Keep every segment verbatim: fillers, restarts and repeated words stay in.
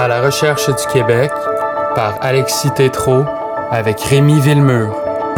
À la recherche du Québec par Alexis Tétrault avec Rémi Villemur.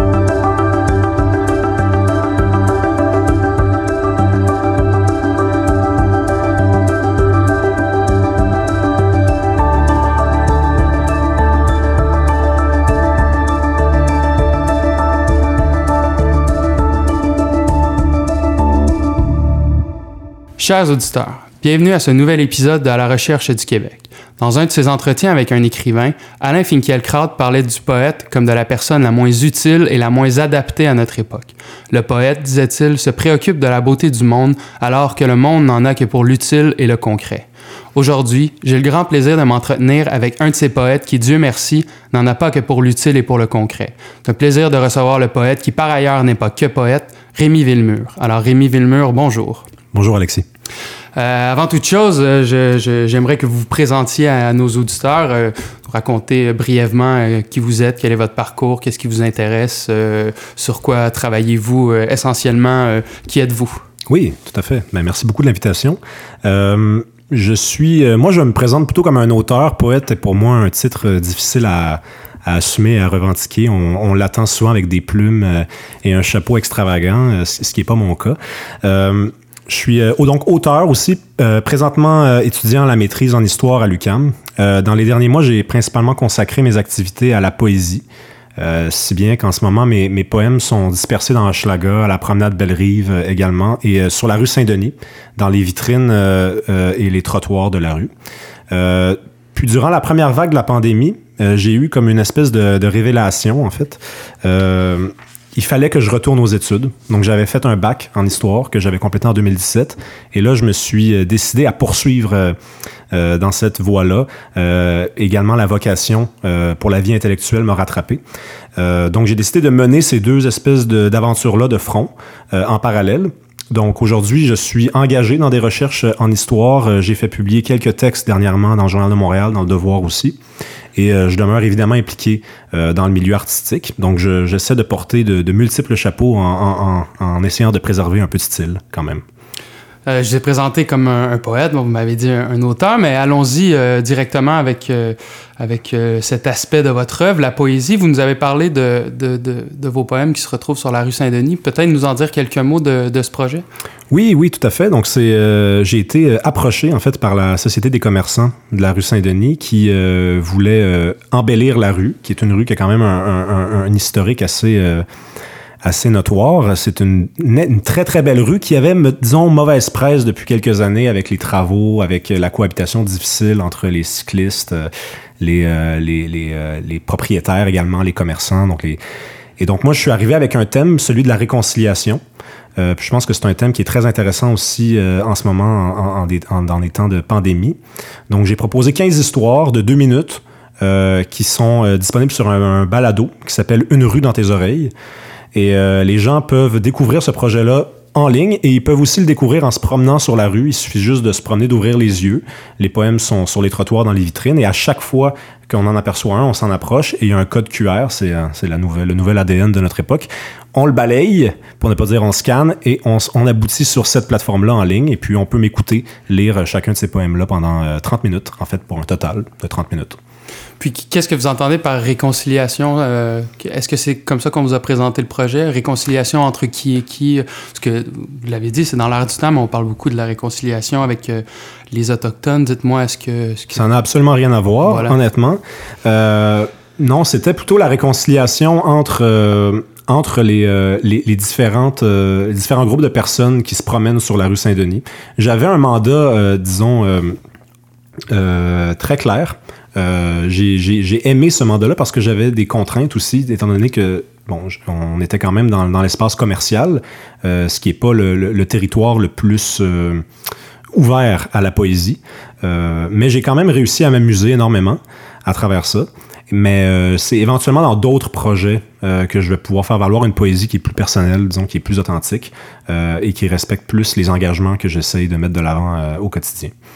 Chers auditeurs, bienvenue à ce nouvel épisode de À la recherche du Québec. Dans un de ses entretiens avec un écrivain, Alain Finkielkraut parlait du poète comme de la personne la moins utile et la moins adaptée à notre époque. Le poète, disait-il, se préoccupe de la beauté du monde alors que le monde n'en a que pour l'utile et le concret. Aujourd'hui, j'ai le grand plaisir de m'entretenir avec un de ces poètes qui, Dieu merci, n'en a pas que pour l'utile et pour le concret. C'est un plaisir de recevoir le poète qui, par ailleurs, n'est pas que poète, Rémi Villemur. Alors, Rémi Villemur, bonjour. Bonjour, Alexis. Euh, avant toute chose, je, je, j'aimerais que vous vous présentiez à, à nos auditeurs, euh, vous raconter brièvement euh, qui vous êtes, quel est votre parcours, qu'est-ce qui vous intéresse, euh, sur quoi travaillez-vous euh, essentiellement, euh, qui êtes-vous? Oui, tout à fait. Ben, merci beaucoup de l'invitation. Euh, je suis, euh, moi, je me présente plutôt comme un auteur. Poète est pour moi un titre euh, difficile à, à assumer, à revendiquer. On, on l'attend souvent avec des plumes euh, et un chapeau extravagant, euh, ce qui n'est pas mon cas. Euh, Je suis euh, donc auteur aussi, euh, présentement euh, étudiant la maîtrise en histoire à l'U Q A M. Euh, dans les derniers mois, j'ai principalement consacré mes activités à la poésie, euh, si bien qu'en ce moment, mes, mes poèmes sont dispersés dans Hochelaga, à la promenade Belle-Rive euh, également, et euh, sur la rue Saint-Denis, dans les vitrines euh, euh, et les trottoirs de la rue. Euh, puis durant la première vague de la pandémie, euh, j'ai eu comme une espèce de, de révélation, en fait. Euh, Il fallait que je retourne aux études. Donc, j'avais fait un bac en histoire que j'avais complété en deux mille dix-sept. Et là, je me suis décidé à poursuivre euh, euh, dans cette voie-là. Euh, également, la vocation euh, pour la vie intellectuelle m'a rattrapé. Euh, donc, j'ai décidé de mener ces deux espèces de, d'aventures-là de front euh, en parallèle. Donc, aujourd'hui, je suis engagé dans des recherches en histoire. J'ai fait publier quelques textes dernièrement dans le Journal de Montréal, dans Le Devoir aussi. Et euh, je demeure évidemment impliqué euh, dans le milieu artistique. Donc, je, j'essaie de porter de, de multiples chapeaux en, en, en, en essayant de préserver un peu de style, quand même. Euh, je vous ai présenté comme un, un poète, bon, vous m'avez dit un, un auteur, mais allons-y euh, directement avec, euh, avec euh, cet aspect de votre œuvre, la poésie. Vous nous avez parlé de, de, de, de vos poèmes qui se retrouvent sur la rue Saint-Denis. Peut-être nous en dire quelques mots de, de ce projet? Oui, oui, tout à fait. Donc, c'est, euh, j'ai été approché, en fait, par la Société des commerçants de la rue Saint-Denis qui euh, voulait euh, embellir la rue, qui est une rue qui a quand même un, un, un, un historique assez... Euh, assez notoire. C'est une, une très, très belle rue qui avait, disons, mauvaise presse depuis quelques années avec les travaux, avec la cohabitation difficile entre les cyclistes, les, euh, les, les, euh, les propriétaires également, les commerçants. Donc les... Et donc, moi, je suis arrivé avec un thème, celui de la réconciliation. Euh, puis je pense que c'est un thème qui est très intéressant aussi euh, en ce moment, en, en des, en, dans les temps de pandémie. Donc, j'ai proposé quinze histoires de deux minutes euh, qui sont euh, disponibles sur un, un balado qui s'appelle « Une rue dans tes oreilles ». Et euh, les gens peuvent découvrir ce projet-là en ligne et ils peuvent aussi le découvrir en se promenant sur la rue. Il suffit juste de se promener, d'ouvrir les yeux. Les poèmes sont sur les trottoirs, dans les vitrines. Et à chaque fois qu'on en aperçoit un, on s'en approche. Et il y a un code Q R, c'est, c'est la nouvelle, le nouvel A D N de notre époque. On le balaye, pour ne pas dire on scanne, et on, on aboutit sur cette plateforme-là en ligne. Et puis on peut m'écouter lire chacun de ces poèmes-là pendant euh, trente minutes, en fait, pour un total de trente minutes. Puis, qu'est-ce que vous entendez par réconciliation? Euh, est-ce que c'est comme ça qu'on vous a présenté le projet? Réconciliation entre qui et qui? Parce que, vous l'avez dit, c'est dans l'air du temps, mais on parle beaucoup de la réconciliation avec euh, les Autochtones. Dites-moi, est-ce que... Est-ce que... Ça n'a absolument rien à voir, voilà. Honnêtement. Euh, non, c'était plutôt la réconciliation entre... Euh, entre les, euh, les, les, différentes, euh, les différents groupes de personnes qui se promènent sur la rue Saint-Denis. J'avais un mandat, euh, disons, euh, euh, très clair. Euh, j'ai, j'ai, j'ai aimé ce mandat-là parce que j'avais des contraintes aussi, étant donné que bon, on était quand même dans, dans l'espace commercial, euh, ce qui n'est pas le, le, le territoire le plus euh, ouvert à la poésie. Euh, mais j'ai quand même réussi à m'amuser énormément à travers ça. Mais euh, c'est éventuellement dans d'autres projets euh, que je vais pouvoir faire valoir une poésie qui est plus personnelle, disons, qui est plus authentique euh, et qui respecte plus les engagements que j'essaye de mettre de l'avant euh, au quotidien.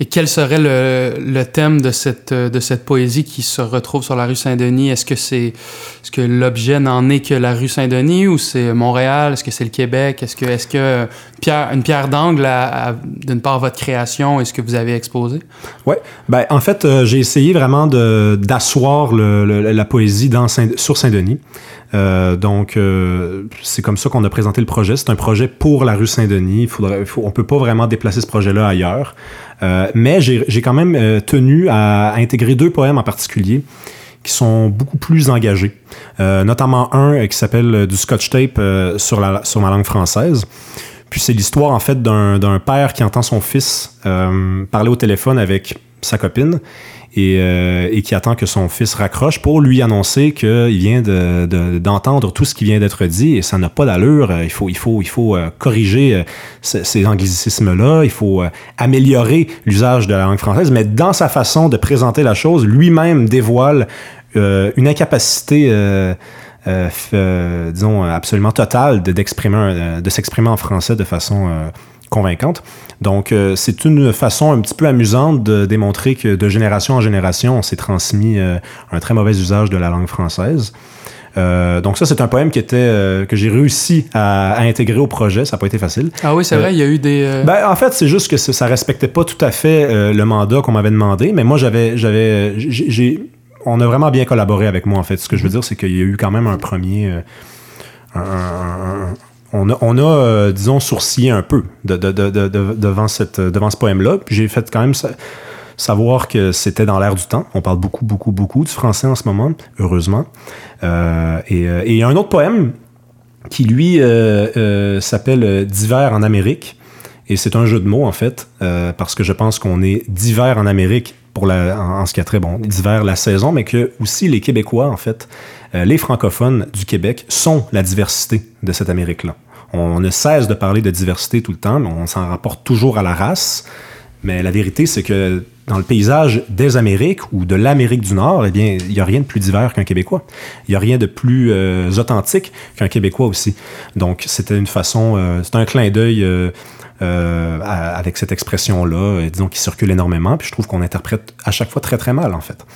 Et quel serait le, le thème de cette, de cette poésie qui se retrouve sur la rue Saint-Denis? Est-ce que c'est, est-ce que l'objet n'en est que la rue Saint-Denis ou c'est Montréal? Est-ce que c'est le Québec? Est-ce que, est-ce que pierre, une pierre d'angle à, à, d'une part, votre création et ce que vous avez exposé? Oui. Ben, en fait, euh, j'ai essayé vraiment de, d'asseoir le, le, la poésie dans Saint, sur Saint-Denis. Euh, donc, euh, c'est comme ça qu'on a présenté le projet. C'est un projet pour la rue Saint-Denis. Il faudrait, faut, on peut pas vraiment déplacer ce projet-là ailleurs. Euh, mais j'ai, j'ai quand même euh, tenu à, à intégrer deux poèmes en particulier qui sont beaucoup plus engagés. Euh, notamment un euh, qui s'appelle euh, du Scotch Tape euh, sur, la, sur ma langue française. Puis c'est l'histoire, en fait, d'un, d'un père qui entend son fils euh, parler au téléphone avec sa copine. Et, euh, et qui attend que son fils raccroche pour lui annoncer qu'il vient de, de, d'entendre tout ce qui vient d'être dit et ça n'a pas d'allure. Il faut, il faut, il faut euh, corriger euh, c- ces anglicismes-là, il faut euh, améliorer l'usage de la langue française, mais dans sa façon de présenter la chose, lui-même dévoile euh, une incapacité euh, euh, f- euh, disons, absolument totale de, d'exprimer un, de s'exprimer en français de façon euh, convaincante. Donc, euh, c'est une façon un petit peu amusante de démontrer que de génération en génération, on s'est transmis euh, un très mauvais usage de la langue française. Euh, donc ça, c'est un poème qui était euh, que j'ai réussi à, à intégrer au projet. Ça n'a pas été facile. Ah oui, c'est euh, vrai, il y a eu des... Euh... Ben, en fait, c'est juste que ça ne respectait pas tout à fait euh, le mandat qu'on m'avait demandé, mais moi, j'avais... j'avais j'ai, j'ai, on a vraiment bien collaboré avec moi, en fait. Ce que je veux dire, c'est qu'il y a eu quand même un premier... Euh, un, un, un, On a, on a euh, disons, sourcillé un peu de, de, de, de, de, devant, cette, devant ce poème-là. Puis j'ai fait quand même sa- savoir que c'était dans l'air du temps. On parle beaucoup, beaucoup, beaucoup du français en ce moment, heureusement. Euh, et, euh, et il y a un autre poème qui, lui, euh, euh, s'appelle « D'hiver en Amérique ». Et c'est un jeu de mots, en fait, euh, parce que je pense qu'on est d'hiver en Amérique pour la, en, en ce qui a trait, bon, d'hiver, la saison, mais que aussi les Québécois, en fait, euh, les francophones du Québec sont la diversité de cette Amérique-là. On ne cesse de parler de diversité tout le temps, mais on s'en rapporte toujours à la race. Mais la vérité, c'est que dans le paysage des Amériques ou de l'Amérique du Nord, eh bien, il n'y a rien de plus divers qu'un Québécois. Il n'y a rien de plus euh, authentique qu'un Québécois aussi. Donc, c'était une façon, euh, c'est un clin d'œil euh, euh, à, avec cette expression-là, euh, disons, qui circule énormément. Puis je trouve qu'on interprète à chaque fois très, très mal, en fait.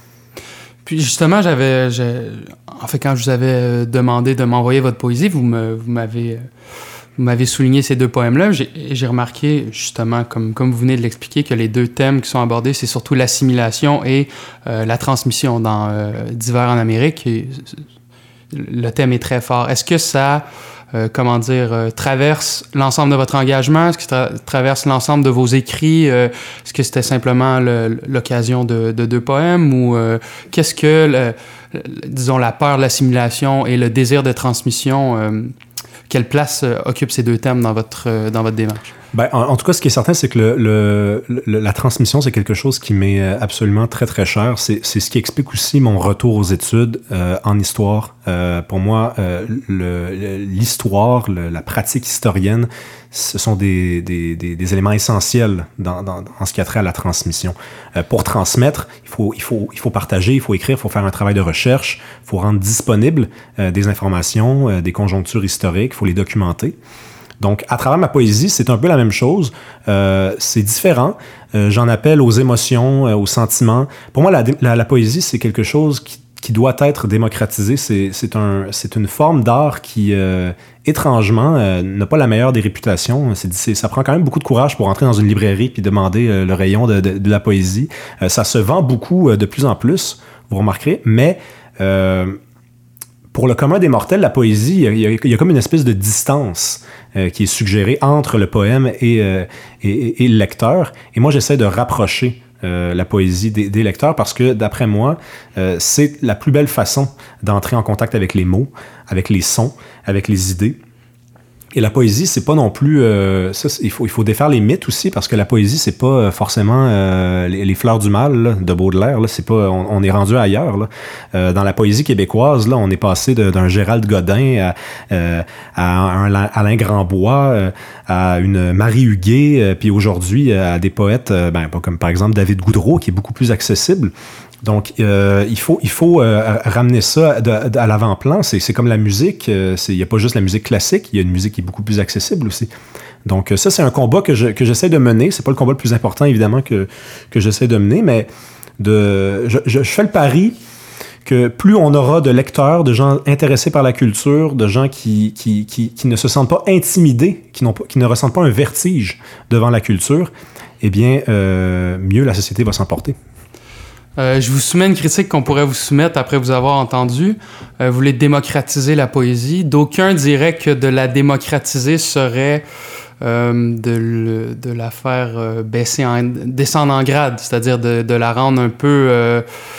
Puis justement, j'avais, j'ai, en fait, quand je vous avais demandé de m'envoyer votre poésie, vous, me, vous, m'avez, vous m'avez souligné ces deux poèmes-là. J'ai, j'ai remarqué, justement, comme, comme vous venez de l'expliquer, que les deux thèmes qui sont abordés, c'est surtout l'assimilation et euh, la transmission dans euh, D'hiver en Amérique. Et le thème est très fort. Est-ce que ça... Euh, comment dire, euh, traverse l'ensemble de votre engagement? Est-ce que ça tra- traverse l'ensemble de vos écrits? Euh, est-ce que c'était simplement le, l'occasion de, de deux poèmes? Ou euh, qu'est-ce que, le, le, disons, la peur de l'assimilation et le désir de transmission, euh, quelle place euh, occupent ces deux thèmes dans votre, euh, dans votre démarche? Ben, en, en tout cas, ce qui est certain, c'est que le, le, le, la transmission, c'est quelque chose qui m'est absolument très, très cher. C'est, c'est ce qui explique aussi mon retour aux études euh, en histoire. Euh, pour moi, euh, le, l'histoire, le, la pratique historienne, ce sont des, des, des, des éléments essentiels dans, dans, dans ce qui a trait à la transmission. Euh, pour transmettre, il faut, il, faut, il faut partager, il faut écrire, il faut faire un travail de recherche, il faut rendre disponibles euh, des informations, euh, des conjonctures historiques, il faut les documenter. Donc, à travers ma poésie, c'est un peu la même chose. Euh, c'est différent. Euh, j'en appelle aux émotions, euh, aux sentiments. Pour moi, la, la, la poésie, c'est quelque chose qui, qui doit être démocratisé. C'est, c'est, un, c'est une forme d'art qui, euh, étrangement, euh, n'a pas la meilleure des réputations. C'est, c'est, ça prend quand même beaucoup de courage pour entrer dans une librairie puis demander euh, le rayon de, de, de la poésie. Euh, ça se vend beaucoup euh, de plus en plus, vous remarquerez, mais... Euh, pour le commun des mortels, la poésie, il y a, il y a comme une espèce de distance euh, qui est suggérée entre le poème et, euh, et, et le lecteur. Et moi, j'essaie de rapprocher euh, la poésie des, des lecteurs parce que, d'après moi, euh, c'est la plus belle façon d'entrer en contact avec les mots, avec les sons, avec les idées. Et la poésie, c'est pas non plus... Euh, ça, il faut, il faut défaire les mythes aussi, parce que la poésie, c'est pas forcément euh, les, les fleurs du mal là, de Baudelaire. Là, c'est pas, on, on est rendu ailleurs. Là. Euh, dans la poésie québécoise, là, on est passé de, d'un Gérald Godin à, euh, à un Alain Grandbois, euh, à une Marie Huguet, euh, puis aujourd'hui à des poètes, euh, ben, pas comme par exemple David Goudreau, qui est beaucoup plus accessible. Donc, euh, il faut, il faut euh, ramener ça de, de, à l'avant-plan. C'est, c'est comme la musique. Il n'y a pas juste la musique classique, il y a une musique qui est beaucoup plus accessible aussi. Donc ça, c'est un combat que, je, que j'essaie de mener. C'est pas le combat le plus important, évidemment, que, que j'essaie de mener, mais de, je, je, je fais le pari que plus on aura de lecteurs, de gens intéressés par la culture, de gens qui, qui, qui, qui ne se sentent pas intimidés, qui, n'ont pas, qui ne ressentent pas un vertige devant la culture, eh bien, euh, mieux la société va s'en porter. Euh, je vous soumets une critique qu'on pourrait vous soumettre après vous avoir entendu. Euh, vous voulez démocratiser la poésie. D'aucuns diraient que de la démocratiser serait euh, de, le, de la faire euh, baisser en, descendre en grade, c'est-à-dire de, de la rendre un peu... Euh,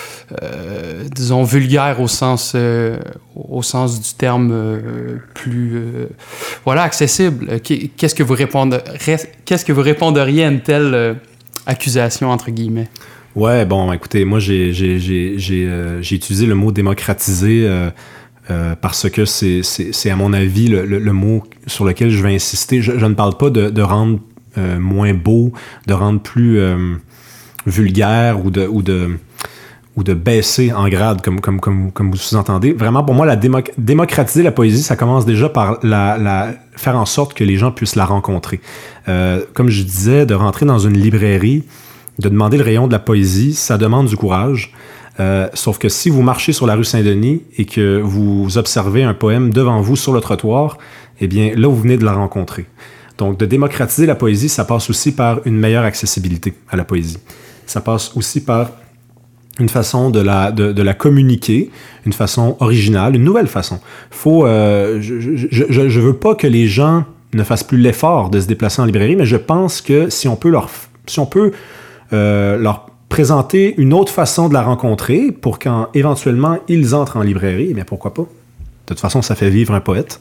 Euh, disons vulgaire au sens euh, au sens du terme euh, plus euh, voilà accessible. Qu'est-ce que vous répondez qu'est-ce que vous réponderiez à une telle euh, accusation entre guillemets? Ouais, bon, écoutez, moi j'ai j'ai j'ai j'ai, euh, j'ai utilisé le mot démocratiser euh, euh, parce que c'est c'est c'est à mon avis le, le, le mot sur lequel je vais insister. Je, je ne parle pas de de rendre euh, moins beau, de rendre plus euh, vulgaire ou de ou de ou de baisser en grade, comme, comme, comme, comme vous sous-entendez. Vraiment, pour moi, la démoc- démocratiser la poésie, ça commence déjà par la, la, faire en sorte que les gens puissent la rencontrer. Euh, comme je disais, de rentrer dans une librairie, de demander le rayon de la poésie, ça demande du courage. Euh, sauf que si vous marchez sur la rue Saint-Denis et que vous observez un poème devant vous sur le trottoir, eh bien, là, vous venez de la rencontrer. Donc, de démocratiser la poésie, ça passe aussi par une meilleure accessibilité à la poésie. Ça passe aussi par une façon de la, de, de la communiquer, une façon originale, une nouvelle façon. Faut, euh, je, je, je, je veux pas que les gens ne fassent plus l'effort de se déplacer en librairie, mais je pense que si on peut leur, si on peut, euh, leur présenter une autre façon de la rencontrer pour quand éventuellement ils entrent en librairie, eh bien pourquoi pas? De toute façon, ça fait vivre un poète.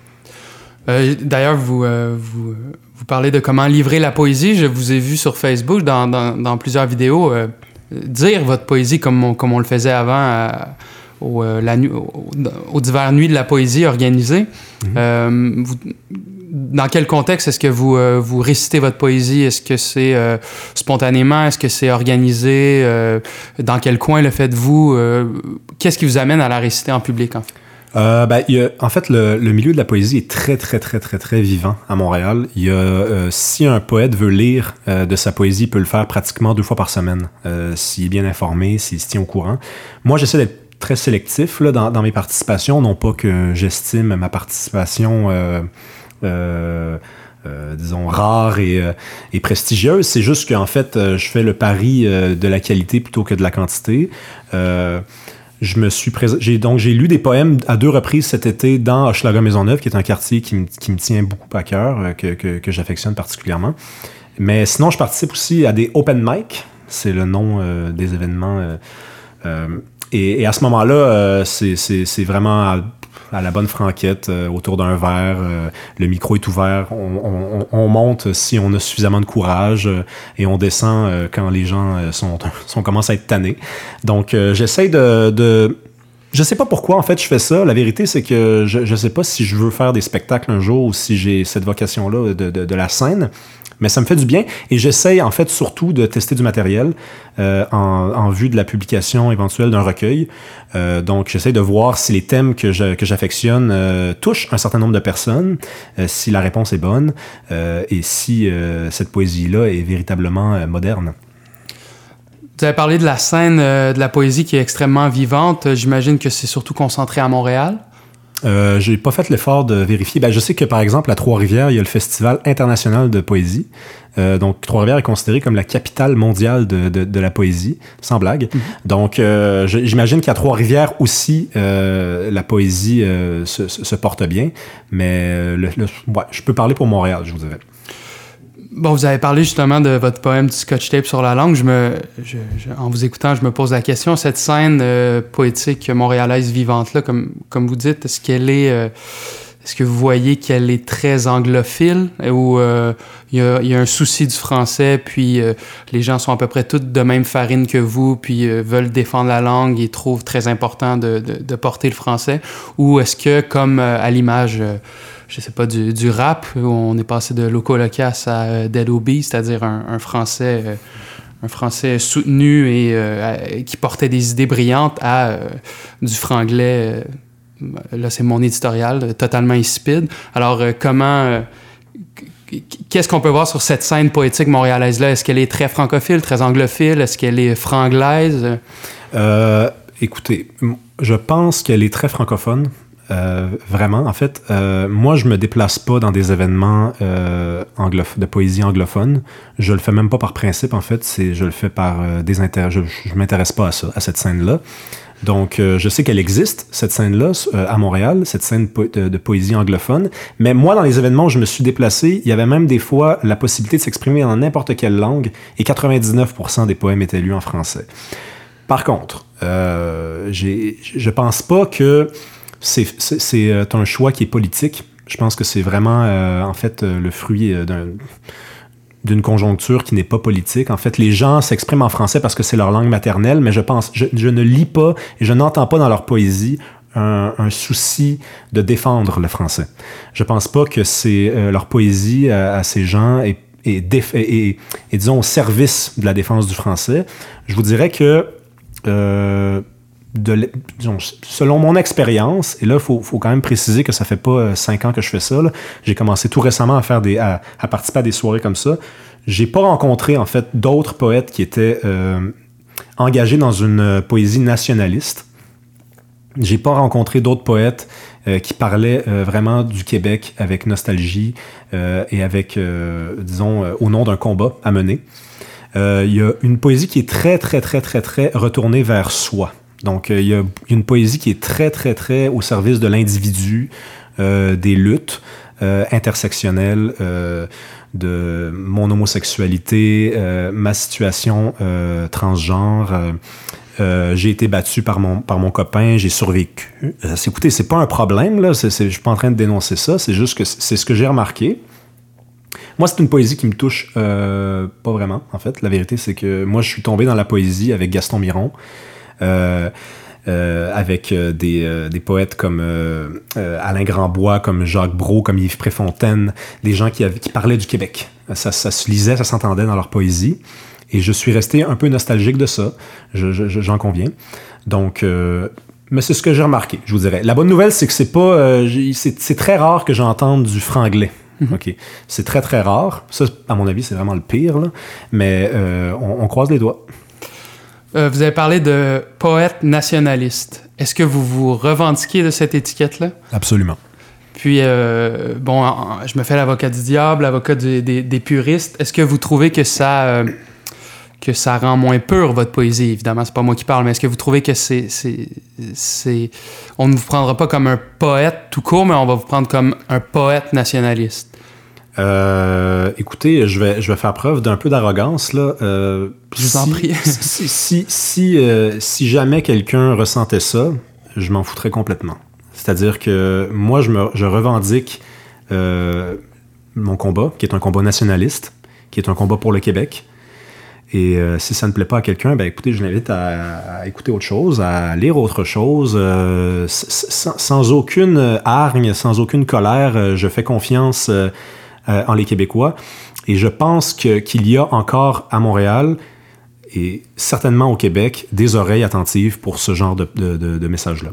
Euh, d'ailleurs, vous, euh, vous, vous parlez de comment livrer la poésie. Je vous ai vu sur Facebook dans, dans, dans plusieurs vidéos euh, dire votre poésie comme on, comme on le faisait avant à, au, euh, la nu- au, aux divers nuits de la poésie organisées. Mm-hmm. Euh, vous, dans quel contexte est-ce que vous, euh, vous récitez votre poésie? Est-ce que c'est euh, spontanément? Est-ce que c'est organisé? Euh, dans quel coin le faites-vous? Euh, qu'est-ce qui vous amène à la réciter en public, en fait? Euh, ben, il y a, en fait, le, le milieu de la poésie est très, très, très, très, très vivant à Montréal. Il y a, euh, si un poète veut lire euh, de sa poésie, il peut le faire pratiquement deux fois par semaine, euh, s'il est bien informé, s'il se tient au courant. Moi, j'essaie d'être très sélectif là, dans, dans mes participations, non pas que j'estime ma participation... Euh, euh, Euh, disons, rare et, euh, et prestigieuse. C'est juste qu'en fait, euh, je fais le pari euh, de la qualité plutôt que de la quantité. Euh, je me suis prés- j'ai, donc, j'ai lu des poèmes à deux reprises cet été dans Hochelaga Maisonneuve, qui est un quartier qui, m- qui me tient beaucoup à cœur, euh, que, que, que j'affectionne particulièrement. Mais sinon, je participe aussi à des open mic. C'est le nom euh, des événements. Euh, euh, et, et à ce moment-là, euh, c'est, c'est, c'est vraiment... À, à la bonne franquette, euh, autour d'un verre, euh, le micro est ouvert, on, on, on monte si on a suffisamment de courage euh, et on descend euh, quand les gens euh, sont, sont commencent à être tannés. Donc, euh, j'essaie de, de... Je sais pas pourquoi, en fait, je fais ça. La vérité, c'est que je, je sais pas si je veux faire des spectacles un jour ou si j'ai cette vocation-là de, de, de la scène. Mais ça me fait du bien et j'essaye en fait surtout de tester du matériel euh, en, en vue de la publication éventuelle d'un recueil. Euh, donc j'essaye de voir si les thèmes que, je, que j'affectionne euh, touchent un certain nombre de personnes, euh, si la réponse est bonne euh, et si euh, cette poésie-là est véritablement euh, moderne. Vous avez parlé de la scène euh, de la poésie qui est extrêmement vivante. J'imagine que c'est surtout concentré à Montréal. Euh, j'ai pas fait l'effort de vérifier. Ben, je sais que, par exemple, à Trois-Rivières, il y a le Festival international de poésie. Euh, donc, Trois-Rivières est considéré comme la capitale mondiale de, de, de la poésie, sans blague. Mm-hmm. Donc, euh, j'imagine qu'à Trois-Rivières aussi, euh, la poésie euh, se, se porte bien. Mais le, le, ouais, je peux parler pour Montréal, je vous dirais. Bon, vous avez parlé justement de votre poème du Scotch Tape sur la langue. Je me, je, je, en vous écoutant, je me pose la question, cette scène euh, poétique montréalaise vivante-là, comme, comme vous dites, est-ce qu'elle est... Euh, est-ce que vous voyez qu'elle est très anglophile ou euh, il y a, y a un souci du français, puis euh, les gens sont à peu près tous de même farine que vous, puis euh, veulent défendre la langue et trouvent très important de, de, de porter le français? Ou est-ce que, comme euh, à l'image... Euh, je sais pas, du, du rap, où on est passé de Loco Locas à euh, Dead Obi, c'est-à-dire un, un français euh, un français soutenu et euh, à, qui portait des idées brillantes à euh, du franglais, euh, là c'est mon éditorial, totalement insipide. Alors euh, comment, euh, qu'est-ce qu'on peut voir sur cette scène poétique montréalaise-là? Est-ce qu'elle est très francophile, très anglophile? Est-ce qu'elle est franglaise? Euh, écoutez, je pense qu'elle est très francophone. Euh, vraiment, en fait, euh, moi, je me déplace pas dans des événements euh, anglof- de poésie anglophone. Je le fais même pas par principe, en fait. C'est, je le fais par euh, désintérêt. Je, je m'intéresse pas à ça, à cette scène-là. Donc, euh, je sais qu'elle existe, cette scène-là, euh, à Montréal, cette scène po- de, de poésie anglophone. Mais moi, dans les événements où je me suis déplacé, il y avait même des fois la possibilité de s'exprimer dans n'importe quelle langue, et quatre-vingt-dix-neuf pour cent des poèmes étaient lus en français. Par contre, euh, j'ai, je pense pas que C'est, c'est, c'est un choix qui est politique. Je pense que c'est vraiment, euh, en fait, euh, le fruit euh, d'un, d'une conjoncture qui n'est pas politique. En fait, les gens s'expriment en français parce que c'est leur langue maternelle, mais je pense, je, je ne lis pas et je n'entends pas dans leur poésie un, un souci de défendre le français. Je pense pas que c'est euh, leur poésie à, à ces gens est, est, déf- est, est, est, disons, au service de la défense du français. Je vous dirais que euh, De, disons, selon mon expérience, et là, il faut, faut quand même préciser que ça fait pas euh, cinq ans que je fais ça. Là. J'ai commencé tout récemment à faire des, à, à participer à des soirées comme ça. J'ai pas rencontré, en fait, d'autres poètes qui étaient euh, engagés dans une euh, poésie nationaliste. J'ai pas rencontré d'autres poètes euh, qui parlaient euh, vraiment du Québec avec nostalgie euh, et avec, euh, disons, euh, au nom d'un combat à mener. Euh, il y a une poésie qui est très, très, très, très, très retournée vers soi. Donc, il euh, y a une poésie qui est très, très, très au service de l'individu, euh, des luttes euh, intersectionnelles, euh, de mon homosexualité, euh, ma situation euh, transgenre. Euh, euh, j'ai été battu par mon, par mon copain, j'ai survécu. Euh, c'est, écoutez, c'est pas un problème, là. C'est, c'est, je suis pas en train de dénoncer ça, c'est juste que c'est ce que j'ai remarqué. Moi, c'est une poésie qui me touche euh, pas vraiment, en fait. La vérité, c'est que moi, je suis tombé dans la poésie avec Gaston Miron. Euh, euh, avec euh, des, euh, des poètes comme euh, euh, Alain Grandbois, comme Jacques Brault, comme Yves Préfontaine, des gens qui, avaient, qui parlaient du Québec. Ça, ça se lisait, ça s'entendait dans leur poésie. Et je suis resté un peu nostalgique de ça, je, je, j'en conviens. Donc, euh, mais c'est ce que j'ai remarqué, je vous dirais. La bonne nouvelle, c'est que c'est pas, euh, c'est, c'est très rare que j'entende du franglais. Mm-hmm. Okay. C'est très, très rare. Ça, à mon avis, c'est vraiment le pire, là. Mais euh, on, on croise les doigts. Euh, vous avez parlé de poète nationaliste. Est-ce que vous vous revendiquez de cette étiquette-là? Absolument. Puis, euh, bon, je me fais l'avocat du diable, l'avocat du, des, des puristes. Est-ce que vous trouvez que ça, euh, que ça rend moins pure votre poésie? Évidemment, c'est pas moi qui parle, mais est-ce que vous trouvez que c'est, c'est, c'est... on ne vous prendra pas comme un poète tout court, mais on va vous prendre comme un poète nationaliste? Euh, écoutez, je vais, je vais faire preuve d'un peu d'arrogance, là. Euh, je vous si, en prie. si, si, si, euh, si jamais quelqu'un ressentait ça, je m'en foutrais complètement. C'est-à-dire que moi, je, me, je revendique euh, mon combat, qui est un combat nationaliste, qui est un combat pour le Québec. Et euh, si ça ne plaît pas à quelqu'un, ben écoutez, je l'invite à, à écouter autre chose, à lire autre chose, euh, sans, sans aucune hargne, sans aucune colère. Je fais confiance euh, Euh, en les Québécois. Et je pense que, qu'il y a encore à Montréal et certainement au Québec des oreilles attentives pour ce genre de, de, de, de messages-là.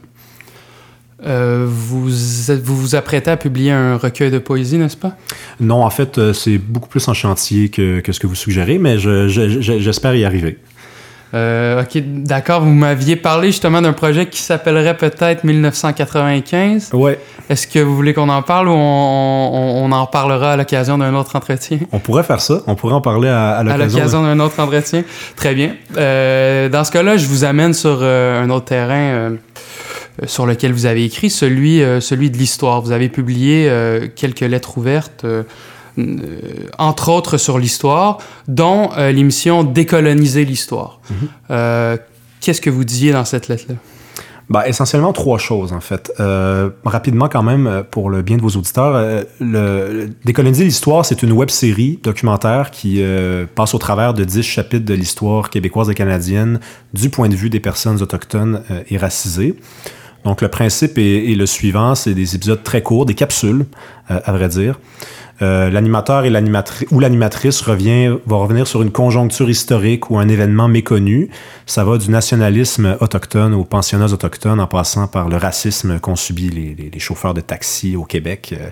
Euh, vous, vous vous apprêtez à publier un recueil de poésie, n'est-ce pas? Non, en fait, euh, c'est beaucoup plus en chantier que, que ce que vous suggérez, mais je, je, je, j'espère y arriver. Euh, ok, d'accord. Vous m'aviez parlé justement d'un projet qui s'appellerait peut-être dix-neuf cent quatre-vingt-quinze. Ouais. Est-ce que vous voulez qu'on en parle ou on, on, on en reparlera à l'occasion d'un autre entretien? On pourrait faire ça. On pourrait en parler à, à l'occasion. À l'occasion d'un autre entretien. Très bien. Euh, dans ce cas-là, je vous amène sur euh, un autre terrain euh, sur lequel vous avez écrit, celui, euh, celui de l'histoire. Vous avez publié euh, quelques lettres ouvertes, euh, euh, entre autres sur l'histoire, dont euh, l'émission Décoloniser l'histoire. Mm-hmm. Euh, qu'est-ce que vous disiez dans cette lettre-là? Ben, essentiellement trois choses, en fait. Euh, rapidement, quand même, pour le bien de vos auditeurs, euh, le, le Décoloniser l'histoire, c'est une web-série documentaire qui euh, passe au travers de dix chapitres de l'histoire québécoise et canadienne du point de vue des personnes autochtones euh, et racisées. Donc, le principe est, est le suivant, c'est des épisodes très courts, des capsules, euh, à vrai dire. Euh, l'animateur et l'animatri- ou l'animatrice revient, va revenir sur une conjoncture historique ou un événement méconnu. Ça va du nationalisme autochtone aux pensionnats autochtones en passant par le racisme qu'ont subi les, les, les chauffeurs de taxi au Québec euh,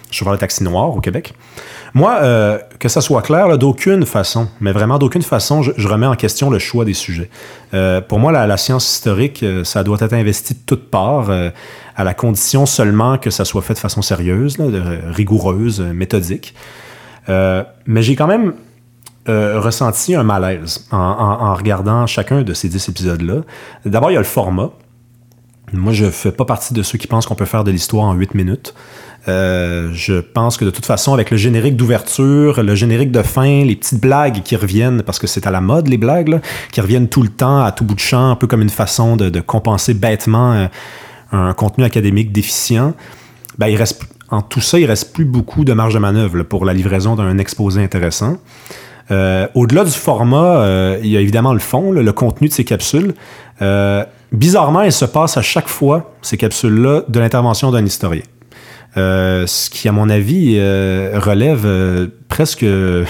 chauffeur de taxi noir au Québec. Moi, euh, que ça soit clair, là, d'aucune façon, mais vraiment d'aucune façon, je, je remets en question le choix des sujets. Euh, pour moi, la, la science historique, euh, ça doit être investi de toutes parts, euh, à la condition seulement que ça soit fait de façon sérieuse, là, de, rigoureuse, méthodique. Euh, mais j'ai quand même euh, ressenti un malaise en, en, en regardant chacun de ces dix épisodes-là. D'abord, il y a le format. Moi, je ne fais pas partie de ceux qui pensent qu'on peut faire de l'histoire en huit minutes. Euh, je pense que de toute façon, avec le générique d'ouverture, le générique de fin, les petites blagues qui reviennent, parce que c'est à la mode, les blagues, là, qui reviennent tout le temps, à tout bout de champ, un peu comme une façon de, de compenser bêtement euh, un contenu académique déficient, ben, il reste, en tout ça, il ne reste plus beaucoup de marge de manœuvre là, pour la livraison d'un exposé intéressant. Euh, au-delà du format, euh, il y a évidemment le fond, là, le contenu de ces capsules. Euh, bizarrement, il se passe à chaque fois, ces capsules-là, de l'intervention d'un historien. Euh, ce qui, à mon avis, euh, relève euh, presque euh,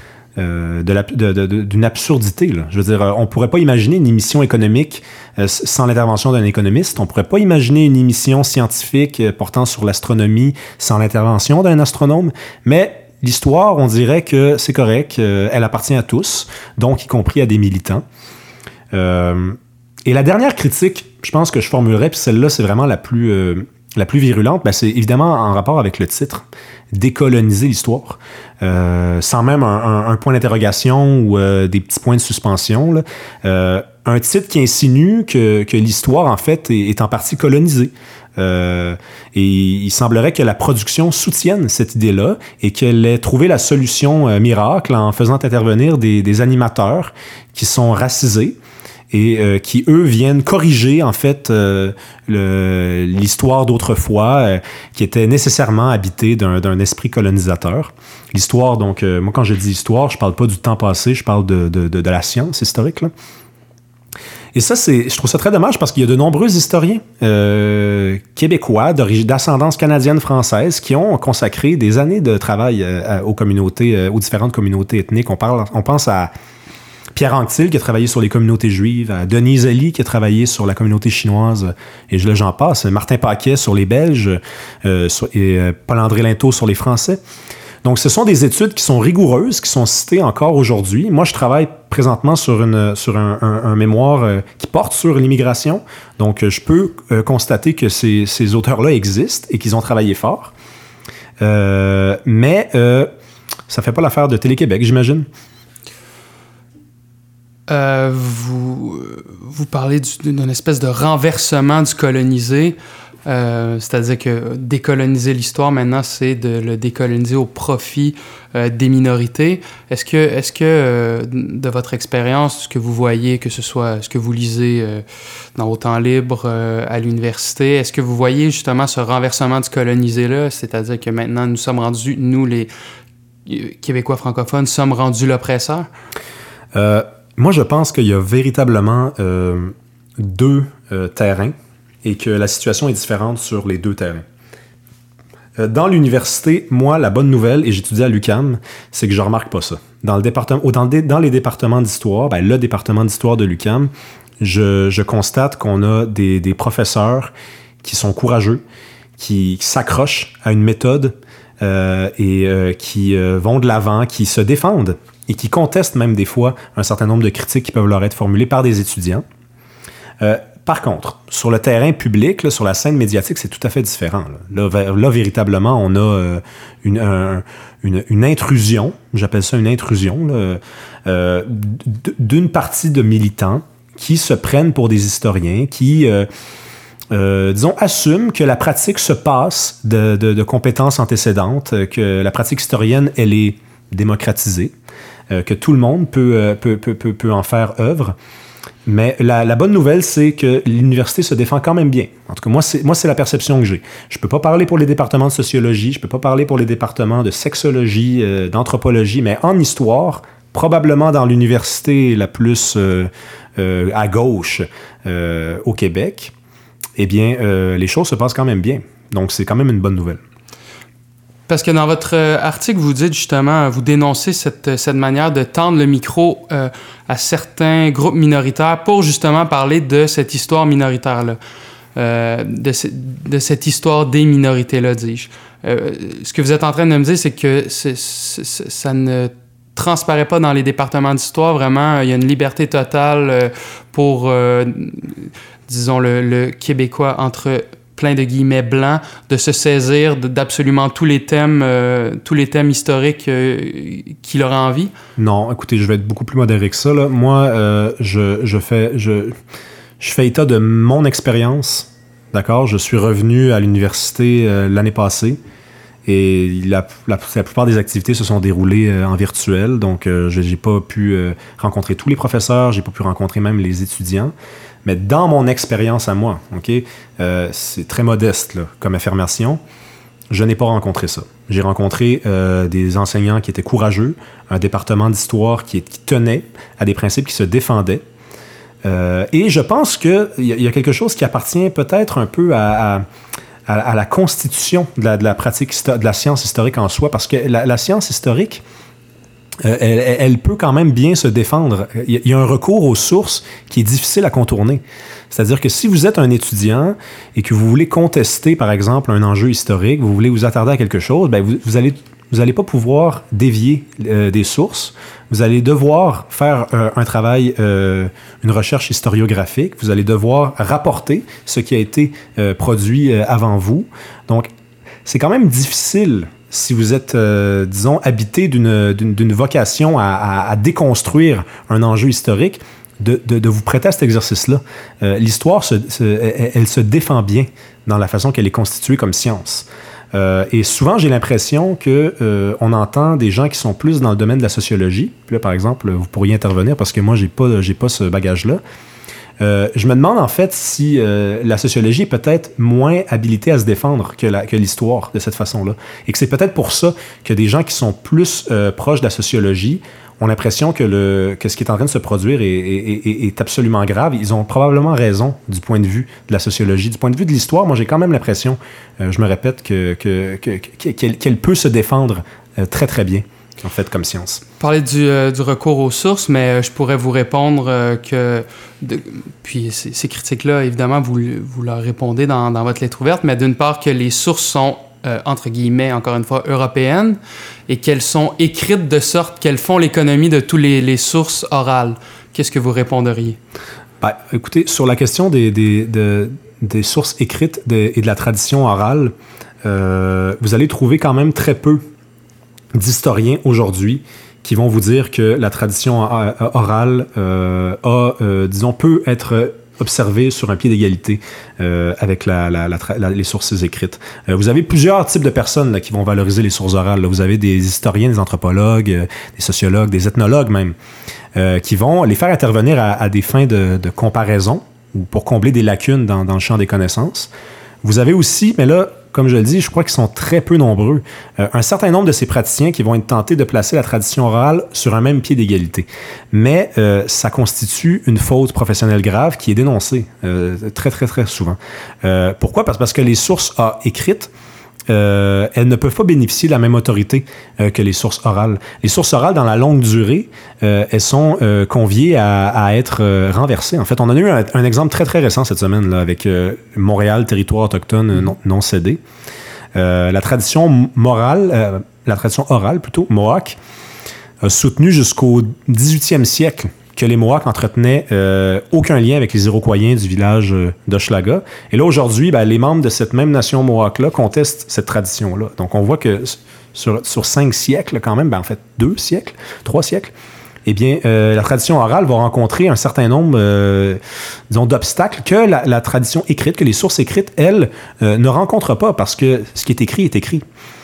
de la, de, de, d'une absurdité. Là. Je veux dire, on ne pourrait pas imaginer une émission économique euh, sans l'intervention d'un économiste. On ne pourrait pas imaginer une émission scientifique euh, portant sur l'astronomie sans l'intervention d'un astronome. Mais l'histoire, on dirait que c'est correct. Euh, elle appartient à tous, donc y compris à des militants. Euh, et la dernière critique, je pense que je formulerais, puis celle-là, c'est vraiment la plus... Euh, La plus virulente, ben c'est évidemment en rapport avec le titre, décoloniser l'histoire, euh, sans même un, un, un point d'interrogation ou euh, des petits points de suspension. Là. Euh, un titre qui insinue que, que l'histoire, en fait, est, est en partie colonisée. Euh, et il semblerait que la production soutienne cette idée-là et qu'elle ait trouvé la solution euh, miracle en faisant intervenir des, des animateurs qui sont racisés, et euh, qui, eux, viennent corriger, en fait, euh, le, l'histoire d'autrefois, euh, qui était nécessairement habitée d'un, d'un esprit colonisateur. L'histoire, donc, euh, moi, quand je dis histoire, je parle pas du temps passé, je parle de, de, de, de la science historique, là. Et ça, c'est, je trouve ça très dommage parce qu'il y a de nombreux historiens euh, québécois d'ascendance canadienne-française qui ont consacré des années de travail euh, aux communautés, euh, aux différentes communautés ethniques. On, parle, on pense à Pierre Anctil, qui a travaillé sur les communautés juives, à Denise Ali, qui a travaillé sur la communauté chinoise, et là, j'en passe, Martin Paquet sur les Belges, euh, sur, et euh, Paul-André Linteau sur les Français. Donc, ce sont des études qui sont rigoureuses, qui sont citées encore aujourd'hui. Moi, je travaille présentement sur, une, sur un, un, un mémoire euh, qui porte sur l'immigration. Donc, euh, je peux euh, constater que ces, ces auteurs-là existent et qu'ils ont travaillé fort. Euh, mais euh, ça ne fait pas l'affaire de Télé-Québec, j'imagine. Euh, vous, vous parlez du, d'une espèce de renversement du colonisé, euh, c'est-à-dire que décoloniser l'histoire, maintenant, c'est de le décoloniser au profit euh, des minorités. Est-ce que, est-ce que euh, de votre expérience, ce que vous voyez, que ce soit ce que vous lisez euh, dans vos temps libres, euh, à l'université, est-ce que vous voyez justement ce renversement du colonisé-là, c'est-à-dire que maintenant, nous sommes rendus, nous, les Québécois francophones, sommes rendus l'oppresseur? Euh... Moi, je pense qu'il y a véritablement euh, deux euh, terrains et que la situation est différente sur les deux terrains. Euh, dans l'université, moi, la bonne nouvelle, et j'étudie à l'U Q A M, c'est que je ne remarque pas ça. Dans, le département, ou dans, le, dans les départements d'histoire, ben, le département d'histoire de l'U Q A M, je, je constate qu'on a des, des professeurs qui sont courageux, qui, qui s'accrochent à une méthode euh, et euh, qui euh, vont de l'avant, qui se défendent et qui contestent même des fois un certain nombre de critiques qui peuvent leur être formulées par des étudiants. Euh, par contre, sur le terrain public, là, sur la scène médiatique, c'est tout à fait différent. Là, là, là véritablement, on a euh, une, un, une, une intrusion, j'appelle ça une intrusion, là, euh, d'une partie de militants qui se prennent pour des historiens, qui... Euh, Euh, disons, assume que la pratique se passe de, de, de compétences antécédentes, que la pratique historienne, elle est démocratisée, euh, que tout le monde peut, euh, peut, peut, peut, peut en faire œuvre. Mais la, la bonne nouvelle, c'est que l'université se défend quand même bien. En tout cas, moi, c'est, moi, c'est la perception que j'ai. Je ne peux pas parler pour les départements de sociologie, je ne peux pas parler pour les départements de sexologie, euh, d'anthropologie, mais en histoire, probablement dans l'université la plus euh, euh, à gauche euh, au Québec, eh bien, euh, les choses se passent quand même bien. Donc, c'est quand même une bonne nouvelle. Parce que dans votre euh, article, vous dites justement, vous dénoncez cette, cette manière de tendre le micro euh, à certains groupes minoritaires pour justement parler de cette histoire minoritaire-là, euh, de, ce, de cette histoire des minorités-là, dis-je. euh, ce que vous êtes en train de me dire, c'est que c'est, c'est, c'est, ça ne transparaît pas dans les départements d'histoire. Vraiment, il y a une liberté totale euh, pour, euh, disons, le, le Québécois entre plein de guillemets blancs, de se saisir de, d'absolument tous les thèmes, euh, tous les thèmes historiques euh, qu'il aura envie. Non, écoutez, je vais être beaucoup plus modéré que ça, là. Moi, euh, je, je fais... Je... Je fais état de mon expérience, d'accord? Je suis revenu à l'université euh, l'année passée et la, la, la plupart des activités se sont déroulées euh, en virtuel, donc euh, je n'ai pas pu euh, rencontrer tous les professeurs, j'ai pas pu rencontrer même les étudiants, mais dans mon expérience à moi, ok, euh, c'est très modeste là, comme affirmation, je n'ai pas rencontré ça. J'ai rencontré euh, des enseignants qui étaient courageux, un département d'histoire qui, qui tenait à des principes qui se défendaient. Euh, et je pense qu'il y, y a quelque chose qui appartient peut-être un peu à, à, à la constitution de la, de la pratique, de la science historique en soi, parce que la, la science historique, euh, elle, elle peut quand même bien se défendre. Il y a un recours aux sources qui est difficile à contourner. C'est-à-dire que si vous êtes un étudiant et que vous voulez contester, par exemple, un enjeu historique, vous voulez vous attarder à quelque chose, ben vous, vous allez... Vous n'allez pas pouvoir dévier euh, des sources. Vous allez devoir faire euh, un travail, euh, une recherche historiographique. Vous allez devoir rapporter ce qui a été euh, produit euh, avant vous. Donc, c'est quand même difficile si vous êtes, euh, disons, habité d'une, d'une, d'une vocation à, à, à déconstruire un enjeu historique, de, de, de vous prêter à cet exercice-là. Euh, l'histoire, se, se, elle, elle se défend bien dans la façon qu'elle est constituée comme science. Euh, et souvent, j'ai l'impression que euh, on entend des gens qui sont plus dans le domaine de la sociologie. Puis là, par exemple, vous pourriez intervenir parce que moi, j'ai pas, j'ai pas ce bagage-là. Euh, je me demande en fait si euh, la sociologie est peut-être moins habilitée à se défendre que, la, que l'histoire de cette façon-là. Et que c'est peut-être pour ça que des gens qui sont plus euh, proches de la sociologie ont l'impression que, le, que ce qui est en train de se produire est, est, est, est absolument grave. Ils ont probablement raison du point de vue de la sociologie. Du point de vue de l'histoire, moi, j'ai quand même l'impression, euh, je me répète, que, que, que, que, qu'elle, qu'elle peut se défendre euh, très, très bien, en fait, comme science. Parler du, euh, du recours aux sources, mais euh, je pourrais vous répondre euh, que... De, puis ces, ces critiques-là, évidemment, vous, vous leur répondez dans, dans votre lettre ouverte, mais d'une part que les sources sont... Euh, entre guillemets, encore une fois, européennes, et qu'elles sont écrites de sorte qu'elles font l'économie de toutes les, les sources orales. Qu'est-ce que vous répondriez? Ben, écoutez, sur la question des, des, de, des sources écrites de, et de la tradition orale, euh, vous allez trouver quand même très peu d'historiens aujourd'hui qui vont vous dire que la tradition orale euh, a, euh, disons, peut être observé sur un pied d'égalité euh, avec la, la, la, la, les sources écrites. Euh, vous avez plusieurs types de personnes là, qui vont valoriser les sources orales. Là. Vous avez des historiens, des anthropologues, euh, des sociologues, des ethnologues même, euh, qui vont les faire intervenir à, à des fins de, de comparaison ou pour combler des lacunes dans, dans le champ des connaissances. Vous avez aussi, mais là, comme je le dis, je crois qu'ils sont très peu nombreux, euh, un certain nombre de ces praticiens qui vont être tentés de placer la tradition orale sur un même pied d'égalité. Mais euh, ça constitue une faute professionnelle grave qui est dénoncée euh, très, très, très souvent. Euh, pourquoi? Parce, parce que les sources ah, écrites, Euh, elles ne peuvent pas bénéficier de la même autorité euh, que les sources orales. Les sources orales, dans la longue durée, euh, elles sont euh, conviées à, à être euh, renversées. En fait, on en a eu un, un exemple très, très récent cette semaine là, avec euh, Montréal, territoire autochtone non, non cédé. Euh, la tradition morale, euh, la tradition orale plutôt, Mohawk, a soutenu jusqu'au dix-huitième siècle que les Mohawks n'entretenaient euh, aucun lien avec les Iroquois du village euh, d'Hochelaga. Et là, aujourd'hui, ben, les membres de cette même nation Mohawk-là contestent cette tradition-là. Donc, on voit que sur, sur cinq siècles, quand même, ben, en fait, deux siècles, trois siècles, eh bien, euh, la tradition orale va rencontrer un certain nombre, euh, disons, d'obstacles que la, la tradition écrite, que les sources écrites, elles, euh, ne rencontrent pas parce que ce qui est écrit est écrit.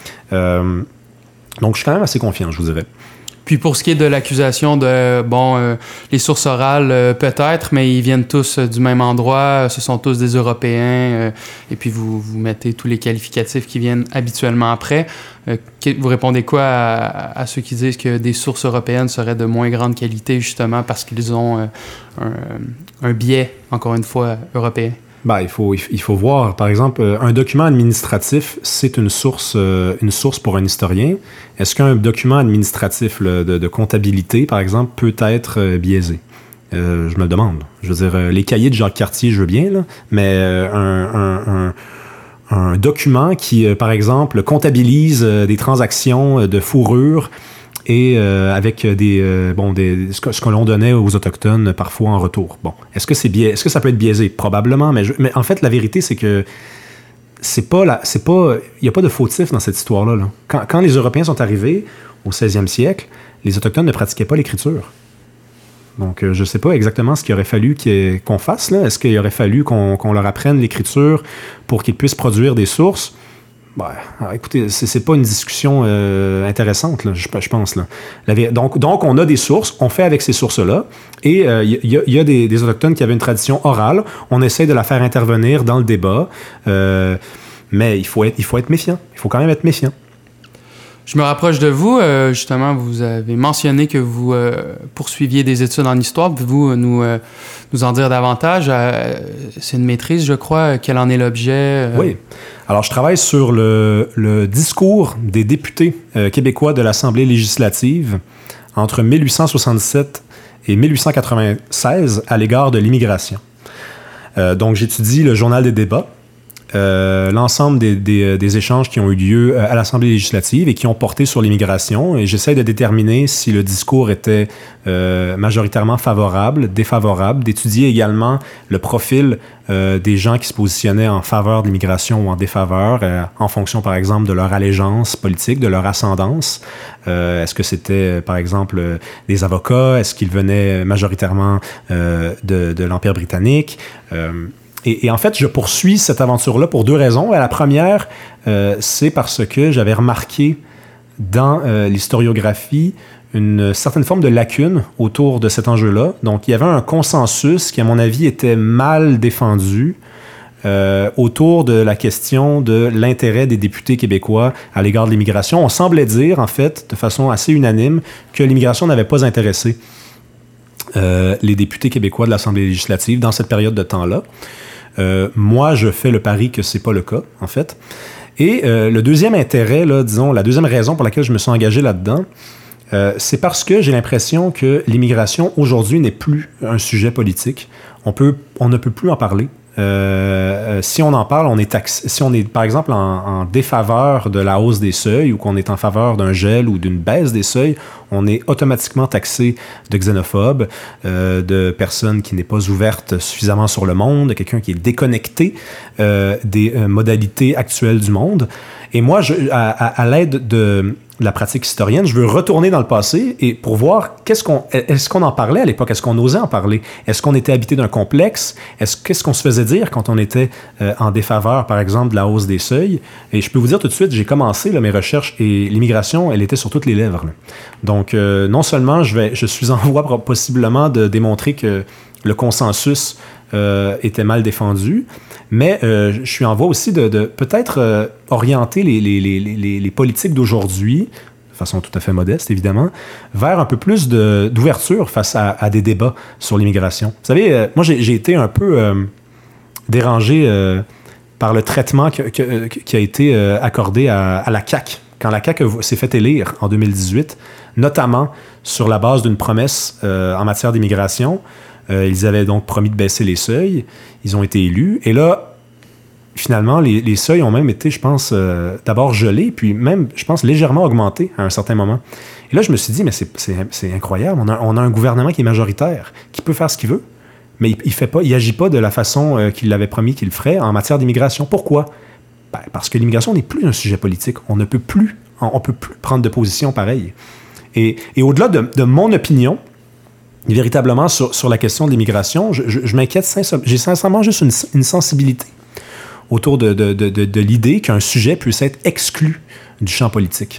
Euh, donc, je suis quand même assez confiant, je vous dirais. Puis pour ce qui est de l'accusation de, bon, euh, les sources orales, euh, peut-être, mais ils viennent tous euh, du même endroit, ce sont tous des Européens, euh, et puis vous, vous mettez tous les qualificatifs qui viennent habituellement après. Euh, vous répondez quoi à, à ceux qui disent que des sources européennes seraient de moins grande qualité, justement, parce qu'ils ont euh, un, un biais, encore une fois, européen? Ben, il faut, il faut voir, par exemple, un document administratif, c'est une source, euh, une source pour un historien. Est-ce qu'un document administratif là, de, de comptabilité, par exemple, peut être euh, biaisé? Euh, je me le demande. Je veux dire, euh, les cahiers de Jacques Cartier, je veux bien, là, mais euh, un, un, un, un document qui, euh, par exemple, comptabilise euh, des transactions de fourrure et euh, avec des, euh, bon, des, ce que, ce que l'on donnait aux Autochtones parfois en retour. Bon, est-ce que c'est biais, est-ce que ça peut être biaisé? Probablement, mais, je, mais en fait, la vérité, c'est que c'est pas la, c'est pas, il n'y a pas de fautif dans cette histoire-là. Là. Quand, quand les Européens sont arrivés au seizième siècle, les Autochtones ne pratiquaient pas l'écriture. Donc, euh, je ne sais pas exactement ce qu'il aurait fallu qu'il qu'on fasse. Là. Est-ce qu'il aurait fallu qu'on, qu'on leur apprenne l'écriture pour qu'ils puissent produire des sources? Ben, alors, écoutez, c'est, c'est pas une discussion euh, intéressante, là, je, je pense. Là. La, donc, donc, on a des sources, on fait avec ces sources-là, et il euh, y, y, y a des, des Autochtones qui avaient une tradition orale, on essaie de la faire intervenir dans le débat, euh, mais il faut, être, il faut être méfiant, il faut quand même être méfiant. Je me rapproche de vous, euh, justement, vous avez mentionné que vous euh, poursuiviez des études en histoire, pouvez-vous nous, euh, nous en dire davantage? Euh, c'est une maîtrise, je crois, quel en est l'objet? Euh... Oui. Alors, je travaille sur le, le discours des députés euh, québécois de l'Assemblée législative entre mille huit cent soixante-dix-sept et mille huit cent quatre-vingt-seize à l'égard de l'immigration. Euh, donc, j'étudie le journal des débats, Euh, l'ensemble des, des, des échanges qui ont eu lieu à l'Assemblée législative et qui ont porté sur l'immigration, et j'essaie de déterminer si le discours était euh, majoritairement favorable, défavorable, d'étudier également le profil euh, des gens qui se positionnaient en faveur de l'immigration ou en défaveur, euh, en fonction par exemple de leur allégeance politique, de leur ascendance. Euh, est-ce que c'était par exemple euh, des avocats? Est-ce qu'ils venaient majoritairement euh, de, de l'Empire britannique? Euh, Et, et en fait, je poursuis cette aventure-là pour deux raisons. La première, euh, c'est parce que j'avais remarqué dans euh, l'historiographie une certaine forme de lacune autour de cet enjeu-là. Donc, il y avait un consensus qui, à mon avis, était mal défendu euh, autour de la question de l'intérêt des députés québécois à l'égard de l'immigration. On semblait dire, en fait, de façon assez unanime, que l'immigration n'avait pas intéressé euh, les députés québécois de l'Assemblée législative dans cette période de temps-là. Euh, moi, je fais le pari que c'est pas le cas, en fait. Et euh, le deuxième intérêt, là, disons, la deuxième raison pour laquelle je me suis engagé là-dedans, euh, c'est parce que j'ai l'impression que l'immigration, aujourd'hui, n'est plus un sujet politique. On peut, on ne peut plus en parler. Euh, si on en parle, on est taxé, si on est, par exemple, en, en défaveur de la hausse des seuils ou qu'on est en faveur d'un gel ou d'une baisse des seuils, on est automatiquement taxé de xénophobe, euh, de personne qui n'est pas ouverte suffisamment sur le monde, de quelqu'un qui est déconnecté euh, des euh, modalités actuelles du monde. Et moi, je, à, à, à l'aide de la pratique historienne, je veux retourner dans le passé et pour voir qu'est-ce qu'on, est-ce qu'on en parlait à l'époque, est-ce qu'on osait en parler, est-ce qu'on était habité d'un complexe, est-ce qu'est-ce qu'on se faisait dire quand on était euh, en défaveur, par exemple, de la hausse des seuils. Et je peux vous dire tout de suite, j'ai commencé là, mes recherches et l'immigration, elle était sur toutes les lèvres. Là. Donc, euh, non seulement je vais, je suis en voie possiblement de démontrer que le consensus euh, était mal défendu, mais euh, je suis en voie aussi de, de peut-être euh, orienter les, les, les, les, les politiques d'aujourd'hui, de façon tout à fait modeste évidemment, vers un peu plus de, d'ouverture face à, à des débats sur l'immigration. Vous savez, euh, moi j'ai, j'ai été un peu euh, dérangé euh, par le traitement que, que, qui a été euh, accordé à, à la C A Q, quand la C A Q s'est fait élire en deux mille dix-huit, notamment sur la base d'une promesse euh, en matière d'immigration. Euh, ils avaient donc promis de baisser les seuils. Ils ont été élus. Et là, finalement, les, les seuils ont même été, je pense, euh, d'abord gelés, puis même, je pense, légèrement augmentés à un certain moment. Et là, je me suis dit, mais c'est, c'est, c'est incroyable. On a, on a un gouvernement qui est majoritaire, qui peut faire ce qu'il veut, mais il, il fait pas, il agit pas de la façon euh, qu'il l'avait promis qu'il ferait en matière d'immigration. Pourquoi? Ben, parce que l'immigration n'est plus un sujet politique. On ne peut plus, on, on peut plus prendre de position pareille. Et, et au-delà de, de mon opinion, véritablement sur, sur la question de l'immigration, je, je, je m'inquiète sincèrement, j'ai sincèrement juste une, une sensibilité autour de, de, de, de, de l'idée qu'un sujet puisse être exclu du champ politique.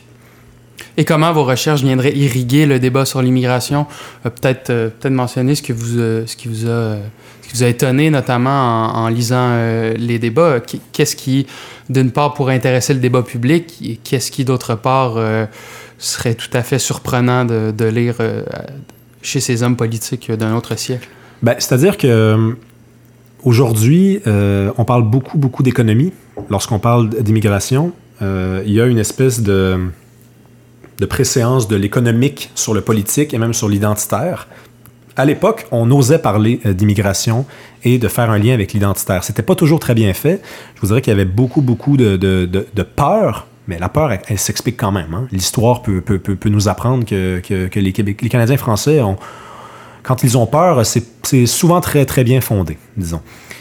Et comment vos recherches viendraient irriguer le débat sur l'immigration? Euh, peut-être, euh, peut-être mentionner ce, que vous, euh, ce, qui vous a, euh, ce qui vous a étonné, notamment en, en lisant euh, les débats. Qu'est-ce qui, d'une part, pourrait intéresser le débat public et qu'est-ce qui, d'autre part, euh, serait tout à fait surprenant de, de lire euh, chez ces hommes politiques d'un autre siècle? Ben, c'est-à-dire que euh, aujourd'hui, euh, on parle beaucoup, beaucoup d'économie. Lorsqu'on parle d'immigration, euh, il y a une espèce de, de préséance de l'économique sur le politique et même sur l'identitaire, à l'époque, on osait parler euh, d'immigration et de faire un lien avec l'identitaire. C'était pas toujours très bien fait. Je vous dirais qu'il y avait beaucoup, beaucoup de, de, de, de peur, mais la peur, elle, elle s'explique quand même. Hein. L'histoire peut, peut, peut, peut nous apprendre que, que, que les, Québec, les Canadiens français, ont, quand ils ont peur, c'est, c'est souvent très, très bien fondé, disons.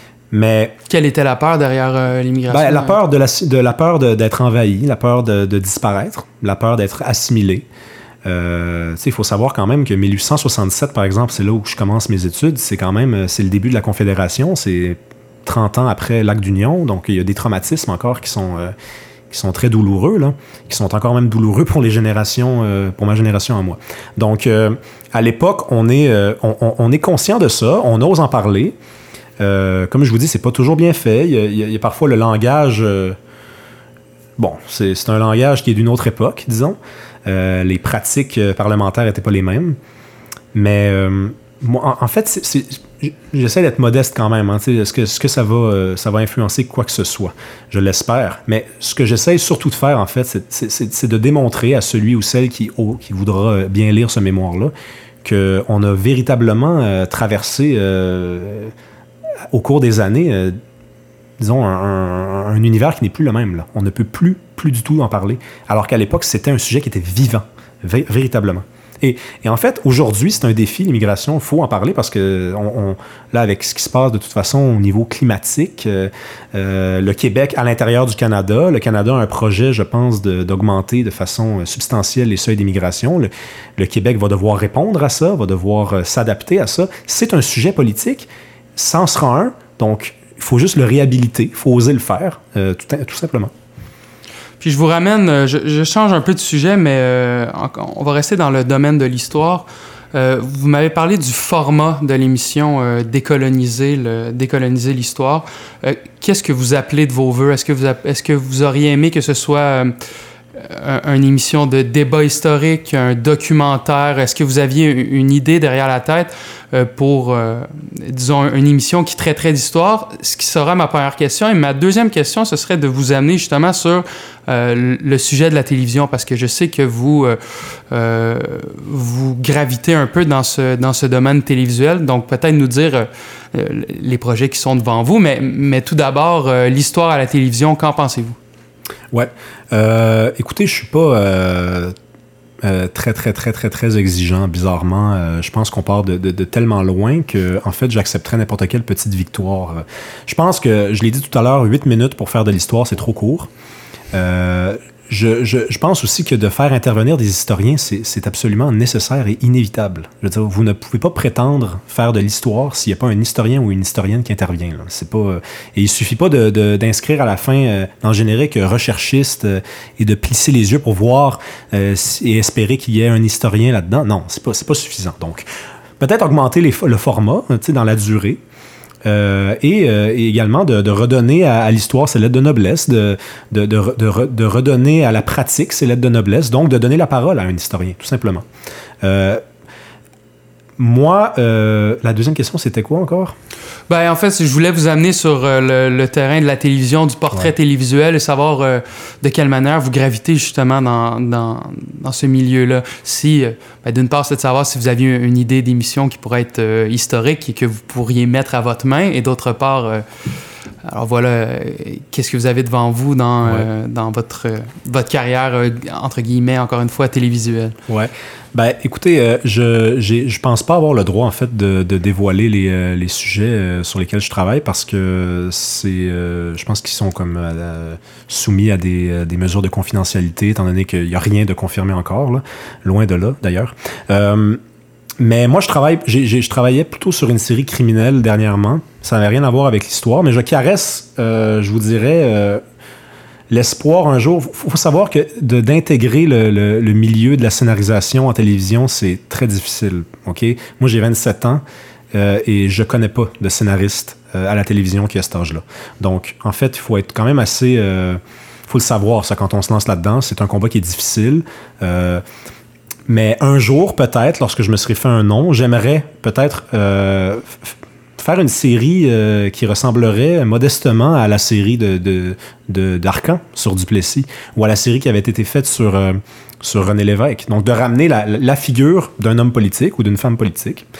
Mais quelle était la peur derrière euh, l'immigration? Ben, la peur de, la, de la peur de, d'être envahi, la peur de, de disparaître, la peur d'être assimilé. Euh, il faut savoir quand même que mille huit cent soixante-sept, par exemple, c'est là où je commence mes études. C'est quand même c'est le début de la Confédération. C'est trente ans après l'acte d'union. Donc, il y a des traumatismes encore qui sont, euh, qui sont très douloureux, là, qui sont encore même douloureux pour les générations, euh, pour ma génération à moi. Donc, euh, à l'époque, on est, euh, on, on est conscient de ça. On ose en parler. Euh, comme je vous dis, c'est pas toujours bien fait. Il y a, il y a parfois le langage... Euh, bon, c'est, c'est un langage qui est d'une autre époque, disons. Euh, les pratiques parlementaires n'étaient pas les mêmes. Mais euh, moi, en, en fait, c'est, c'est, j'essaie d'être modeste quand même. Hein, est-ce que, est-ce que ça, va, euh, ça va influencer quoi que ce soit? Je l'espère. Mais ce que j'essaie surtout de faire, en fait, c'est, c'est, c'est, c'est de démontrer à celui ou celle qui, oh, qui voudra bien lire ce mémoire-là qu'on a véritablement euh, traversé... Euh, au cours des années, euh, disons, un, un, un univers qui n'est plus le même. Là. On ne peut plus, plus du tout en parler. Alors qu'à l'époque, c'était un sujet qui était vivant, vé- véritablement. Et, et en fait, aujourd'hui, c'est un défi, l'immigration. Il faut en parler parce que, on, on, là, avec ce qui se passe de toute façon au niveau climatique, euh, euh, le Québec à l'intérieur du Canada, le Canada a un projet, je pense, de, d'augmenter de façon substantielle les seuils d'immigration. Le, le Québec va devoir répondre à ça, va devoir euh, s'adapter à ça. C'est un sujet politique. Ça en sera un, donc il faut juste le réhabiliter, il faut oser le faire, euh, tout, tout simplement. Puis je vous ramène, je, je change un peu de sujet, mais euh, on va rester dans le domaine de l'histoire. Euh, vous m'avez parlé du format de l'émission euh, Décoloniser, le, Décoloniser l'histoire. Euh, qu'est-ce que vous appelez de vos voeux? Est-ce que vous, est-ce que vous auriez aimé que ce soit... Euh, une émission de débat historique, un documentaire? Est-ce que vous aviez une idée derrière la tête pour, euh, disons, une émission qui traiterait d'histoire? Ce qui sera ma première question. Et ma deuxième question, ce serait de vous amener justement sur euh, le sujet de la télévision, parce que je sais que vous, euh, vous gravitez un peu dans ce, dans ce domaine télévisuel. Donc, peut-être nous dire euh, les projets qui sont devant vous. Mais, mais tout d'abord, euh, l'histoire à la télévision, qu'en pensez-vous? Ouais. Euh, écoutez, je suis pas euh, euh, très, très, très, très, très exigeant, bizarrement. Euh, je pense qu'on part de, de, de tellement loin que, en fait, j'accepterais n'importe quelle petite victoire. Je pense que, je l'ai dit tout à l'heure, huit minutes pour faire de l'histoire, c'est trop court. Euh, je, je, je pense aussi que de faire intervenir des historiens, c'est, c'est absolument nécessaire et inévitable. Je veux dire, vous ne pouvez pas prétendre faire de l'histoire s'il n'y a pas un historien ou une historienne qui intervient. Là. C'est pas, euh, et il suffit pas de, de, d'inscrire à la fin, euh, dans le générique, euh, recherchiste euh, et de plisser les yeux pour voir euh, et espérer qu'il y ait un historien là-dedans. Non, c'est pas, c'est pas suffisant. Donc, peut-être augmenter les, le format, tu sais, dans la durée. Euh, et, euh, et également de, de redonner à, à l'histoire ses lettres de noblesse, de, de, de, de, de redonner à la pratique ses lettres de noblesse, donc de donner la parole à un historien, tout simplement. Euh, moi, euh, la deuxième question, c'était quoi encore? Ben, en fait, je voulais vous amener sur euh, le, le terrain de la télévision, du portrait ouais. télévisuel, et savoir euh, de quelle manière vous gravitez justement dans, dans, dans ce milieu-là. Si, euh, ben, d'une part, c'est de savoir si vous aviez une idée d'émission qui pourrait être euh, historique et que vous pourriez mettre à votre main, et d'autre part, euh, alors voilà, euh, qu'est-ce que vous avez devant vous dans, ouais. euh, dans votre, euh, votre carrière, euh, entre guillemets, encore une fois, télévisuelle? Ouais. Ben, écoutez, euh, je j'ai, je pense pas avoir le droit, en fait, de, de dévoiler les, euh, les sujets euh, sur lesquels je travaille parce que c'est, euh, je pense qu'ils sont comme euh, soumis à des, euh, des mesures de confidentialité, étant donné qu'il y a rien de confirmé encore, là, loin de là, d'ailleurs. Euh, mais moi, je travaille, j'ai, j'ai, je travaillais plutôt sur une série criminelle dernièrement. Ça n'avait rien à voir avec l'histoire, mais je caresse, euh, je vous dirais... Euh, l'espoir un jour, il faut savoir que de, d'intégrer le, le, le milieu de la scénarisation en télévision, c'est très difficile. Okay? Moi, j'ai vingt-sept ans euh, et je connais pas de scénariste euh, à la télévision qui a cet âge-là. Donc, en fait, il faut être quand même assez... Il euh, faut le savoir, ça, quand on se lance là-dedans. C'est un combat qui est difficile. Euh, mais un jour, peut-être, lorsque je me serai fait un nom, j'aimerais peut-être... Euh, f- faire une série euh, qui ressemblerait modestement à la série de, de, de, d'Arcan sur Duplessis ou à la série qui avait été faite sur, euh, sur René Lévesque. Donc, de ramener la, la figure d'un homme politique ou d'une femme politique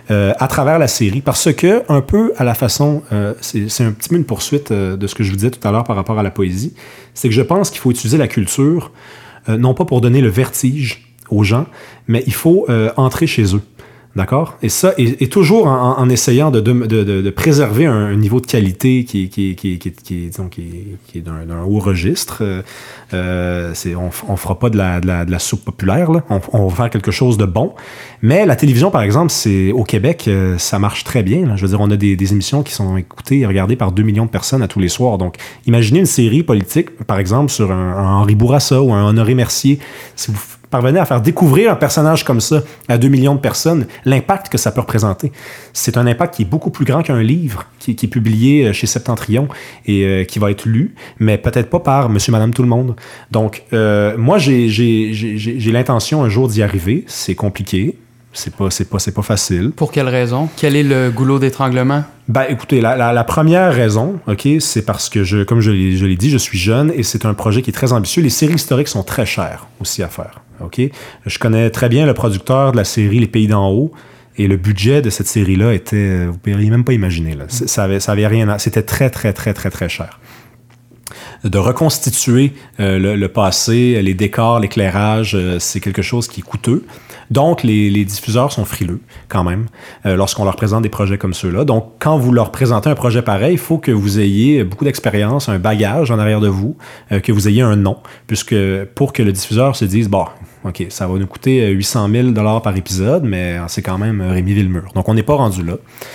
euh, à travers la série, parce que, un peu à la façon, euh, c'est, c'est un petit peu une poursuite euh, de ce que je vous disais tout à l'heure par rapport à la poésie, c'est que je pense qu'il faut utiliser la culture, euh, non pas pour donner le vertige aux gens, mais il faut euh, entrer chez eux. D'accord? Et ça, et, et toujours en, en essayant de, de, de, de préserver un, un niveau de qualité qui, qui, qui, qui, qui, disons, qui, qui est d'un, d'un haut registre. Euh, c'est, on ne fera pas de la, de la, de la soupe populaire, là. On, on va faire quelque chose de bon. Mais la télévision, par exemple, c'est, au Québec, ça marche très bien, là. Je veux dire, on a des, des émissions qui sont écoutées et regardées par deux millions de personnes à tous les soirs. Donc, imaginez une série politique, par exemple, sur un, un Henri Bourassa ou un Honoré Mercier. Si vous parvenez à faire découvrir un personnage comme ça à deux millions de personnes, l'impact que ça peut représenter, c'est un impact qui est beaucoup plus grand qu'un livre qui, qui est publié chez Septentrion et euh, qui va être lu, mais peut-être pas par Monsieur, Madame, tout le monde. Donc, euh, moi, j'ai, j'ai, j'ai, j'ai l'intention un jour d'y arriver. C'est compliqué. C'est pas, c'est pas, c'est pas facile. Pour quelle raison? Quel est le goulot d'étranglement? Ben, écoutez, la, la, la première raison, OK, c'est parce que, je, comme je l'ai, je l'ai dit, je suis jeune et c'est un projet qui est très ambitieux. Les séries historiques sont très chères aussi à faire, OK? Je connais très bien le producteur de la série Les Pays d'en haut et le budget de cette série-là était, vous ne pourriez même pas imaginer, là. Ça avait, ça avait rien à, c'était très, très, très, très, très cher. De reconstituer euh, le, le passé, les décors, l'éclairage, euh, c'est quelque chose qui est coûteux. Donc, les, les diffuseurs sont frileux, quand même, euh, lorsqu'on leur présente des projets comme ceux-là. Donc, quand vous leur présentez un projet pareil, il faut que vous ayez beaucoup d'expérience, un bagage en arrière de vous, euh, que vous ayez un nom, puisque pour que le diffuseur se dise, bon, OK, ça va nous coûter huit cent mille dollars par épisode, mais c'est quand même Rémi Villemur. Donc, on n'est pas rendu là.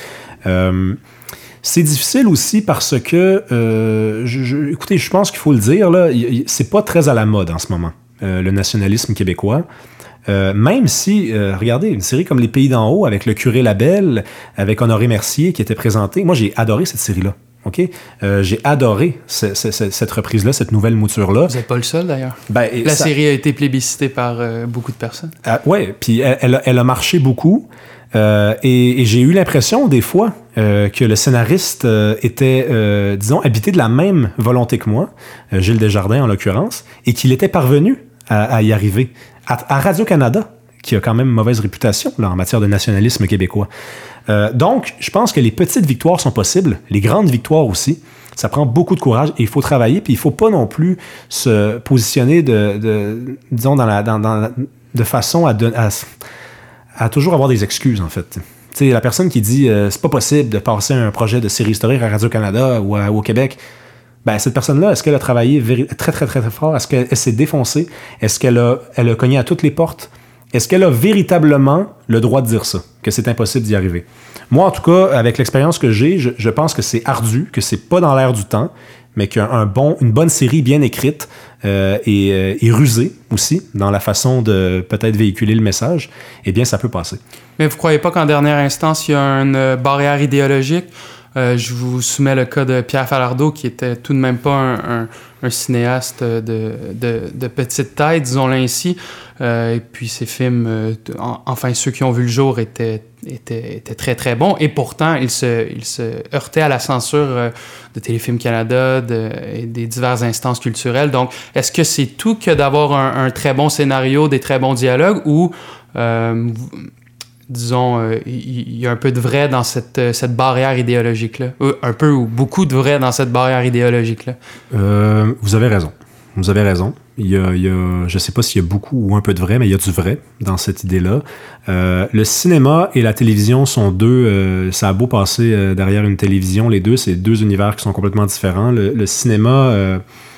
Euh, c'est difficile aussi parce que, euh, je, je, écoutez, je pense qu'il faut le dire, là, y, y, c'est pas très à la mode en ce moment, euh, le nationalisme québécois. Euh, même si, euh, regardez, une série comme Les Pays d'en haut, avec le curé Labelle, avec Honoré Mercier qui était présenté, moi j'ai adoré cette série-là. OK? Euh, j'ai adoré ce, ce, ce, cette reprise-là, cette nouvelle mouture-là. Vous n'êtes pas le seul, d'ailleurs. Ben, La ça... série a été plébiscitée par euh, beaucoup de personnes. Euh, oui, puis elle, elle, elle a marché beaucoup. Euh, et, et j'ai eu l'impression, des fois, euh, que le scénariste euh, était, euh, disons, habité de la même volonté que moi, euh, Gilles Desjardins en l'occurrence, et qu'il était parvenu à, à y arriver. À, à Radio-Canada, qui a quand même mauvaise réputation là, en matière de nationalisme québécois. Euh, donc, je pense que les petites victoires sont possibles, les grandes victoires aussi. Ça prend beaucoup de courage et il faut travailler, puis il ne faut pas non plus se positionner de, de disons, dans la, dans, dans, de façon à, de, à, à toujours avoir des excuses, en fait. Tu sais, la personne qui dit euh, c'est pas possible de passer un projet de série historique à Radio-Canada ou, à, ou au Québec, ben, cette personne-là, est-ce qu'elle a travaillé véri- très, très, très, très fort? Est-ce qu'elle s'est défoncée? Est-ce qu'elle a, elle a cogné à toutes les portes? Est-ce qu'elle a véritablement le droit de dire ça, que c'est impossible d'y arriver? Moi, en tout cas, avec l'expérience que j'ai, je, je pense que c'est ardu, que c'est pas dans l'air du temps, mais qu'un bon, une bonne série bien écrite euh, et, euh, et rusée aussi, dans la façon de peut-être véhiculer le message, eh bien, ça peut passer. Mais vous croyez pas qu'en dernière instance, il y a une euh, barrière idéologique? Euh, je vous soumets le cas de Pierre Falardeau, qui était tout de même pas un, un, un cinéaste de, de, de petite taille, disons-le ainsi. Euh, et puis ses films, euh, en, enfin ceux qui ont vu le jour, étaient, étaient, étaient très très bons. Et pourtant, il se, il se heurtait à la censure euh, de Téléfilm Canada de, et des diverses instances culturelles. Donc, est-ce que c'est tout que d'avoir un, un très bon scénario, des très bons dialogues, ou... Euh, disons, il euh, y, y a un peu de vrai dans cette, cette barrière idéologique-là. Euh, un peu ou beaucoup de vrai dans cette barrière idéologique-là. Euh, vous avez raison. Vous avez raison. Il y a, il y a, je ne sais pas s'il y a beaucoup ou un peu de vrai, mais il y a du vrai dans cette idée-là. Euh, le cinéma et la télévision sont deux... Euh, ça a beau passer euh, derrière une télévision, les deux, c'est deux univers qui sont complètement différents. Le, le cinéma, euh,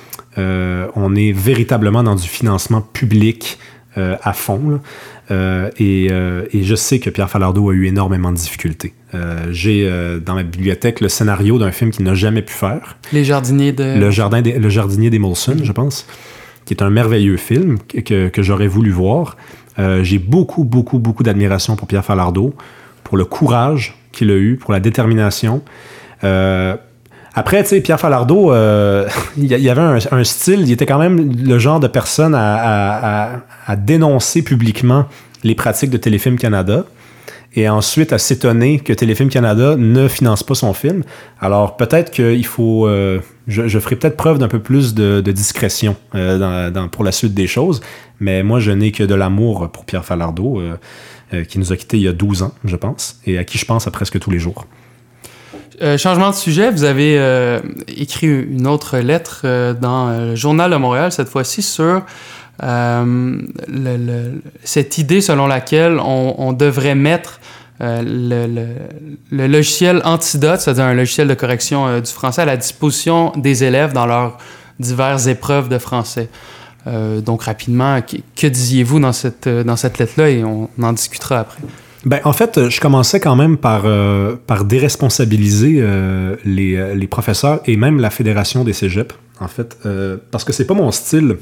euh, on est véritablement dans du financement public euh, à fond, là. Euh, et, euh, et je sais que Pierre Falardeau a eu énormément de difficultés. Euh, j'ai euh, dans ma bibliothèque le scénario d'un film qu'il n'a jamais pu faire. Les jardiniers de... Le, jardin des, le jardinier d'Emulson, mmh. je pense, qui est un merveilleux film que, que, que j'aurais voulu voir. Euh, j'ai beaucoup, beaucoup, beaucoup d'admiration pour Pierre Falardeau, pour le courage qu'il a eu, pour la détermination. Euh, Après, tu sais, Pierre Falardeau, euh, il y avait un, un style, il était quand même le genre de personne à, à, à, à dénoncer publiquement les pratiques de Téléfilm Canada et ensuite à s'étonner que Téléfilm Canada ne finance pas son film. Alors, peut-être qu'il faut... Euh, je, je ferai peut-être preuve d'un peu plus de, de discrétion euh, dans, dans, pour la suite des choses, mais moi, je n'ai que de l'amour pour Pierre Falardeau. Euh, euh, qui nous a quittés il y a douze ans, je pense, et à qui je pense à presque tous les jours. Euh, changement de sujet, vous avez euh, écrit une autre lettre euh, dans le Journal de Montréal, cette fois-ci, sur euh, le, le, cette idée selon laquelle on, on devrait mettre euh, le, le, le logiciel Antidote, c'est-à-dire un logiciel de correction euh, du français, à la disposition des élèves dans leurs diverses épreuves de français. Euh, donc, rapidement, que, que disiez-vous dans cette, dans cette lettre-là, et on, on en discutera après. Ben, en fait, je commençais quand même par, euh, par déresponsabiliser euh, les, les professeurs et même la Fédération des cégeps, en fait, euh, parce que c'est pas mon style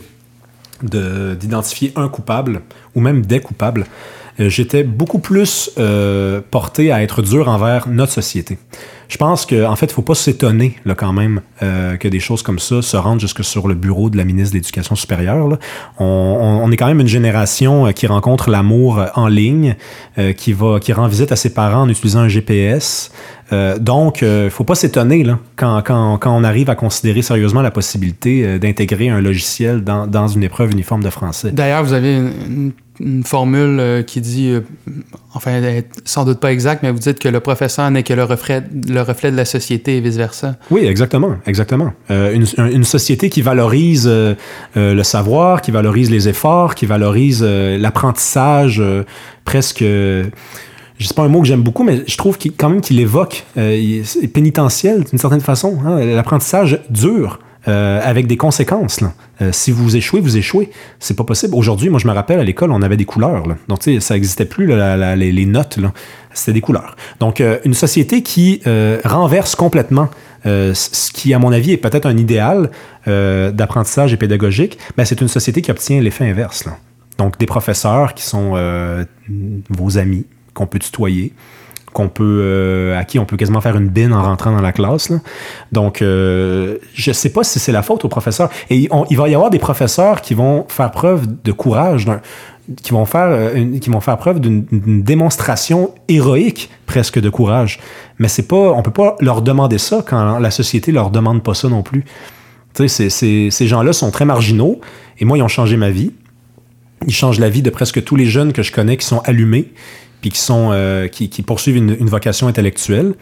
de, d'identifier un coupable ou même des coupables. Euh, j'étais beaucoup plus euh, porté à être dur envers notre société. Je pense qu'en en fait, il ne faut pas s'étonner là, quand même euh, que des choses comme ça se rendent jusque sur le bureau de la ministre de l'Éducation supérieure. Là. On, on, on est quand même une génération euh, qui rencontre l'amour en ligne, euh, qui, va, qui rend visite à ses parents en utilisant un G P S. Euh, donc, il euh, ne faut pas s'étonner là, quand, quand, quand on arrive à considérer sérieusement la possibilité euh, d'intégrer un logiciel dans, dans une épreuve uniforme de français. D'ailleurs, vous avez une, une, une formule euh, qui dit, euh, enfin, elle est sans doute pas exacte, mais vous dites que le professeur n'est que le reflet, le reflet de la société et vice-versa. Oui, exactement, exactement. Euh, une, une société qui valorise euh, euh, le savoir, qui valorise les efforts, qui valorise euh, l'apprentissage euh, presque... Euh, c'est pas un mot que j'aime beaucoup, mais je trouve qu'il, quand même qu'il évoque euh, pénitentiel d'une certaine façon. Hein, l'apprentissage dur, euh, avec des conséquences. Là. Euh, si vous échouez, vous échouez. C'est pas possible. Aujourd'hui, moi, je me rappelle, à l'école, on avait des couleurs. Là. Donc, tu sais, ça n'existait plus, là, la, la, les, les notes. Là. C'était des couleurs. Donc, euh, une société qui euh, renverse complètement euh, ce qui, à mon avis, est peut-être un idéal euh, d'apprentissage et pédagogique, ben, c'est une société qui obtient l'effet inverse. Là. Donc, des professeurs qui sont euh, vos amis, qu'on peut tutoyer, qu'on peut, euh, à qui on peut quasiment faire une bine en rentrant dans la classe. Là. Donc, euh, je ne sais pas si c'est la faute aux professeurs. Et on, il va y avoir des professeurs qui vont faire preuve de courage, d'un, qui, vont faire, une, qui vont faire preuve d'une, d'une démonstration héroïque, presque, de courage. Mais c'est pas, on ne peut pas leur demander ça quand la société ne leur demande pas ça non plus. Tu sais, c'est, c'est, ces gens-là sont très marginaux, et moi, ils ont changé ma vie. Ils changent la vie de presque tous les jeunes que je connais qui sont allumés, puis qui, sont, euh, qui, qui poursuivent une, une vocation intellectuelle.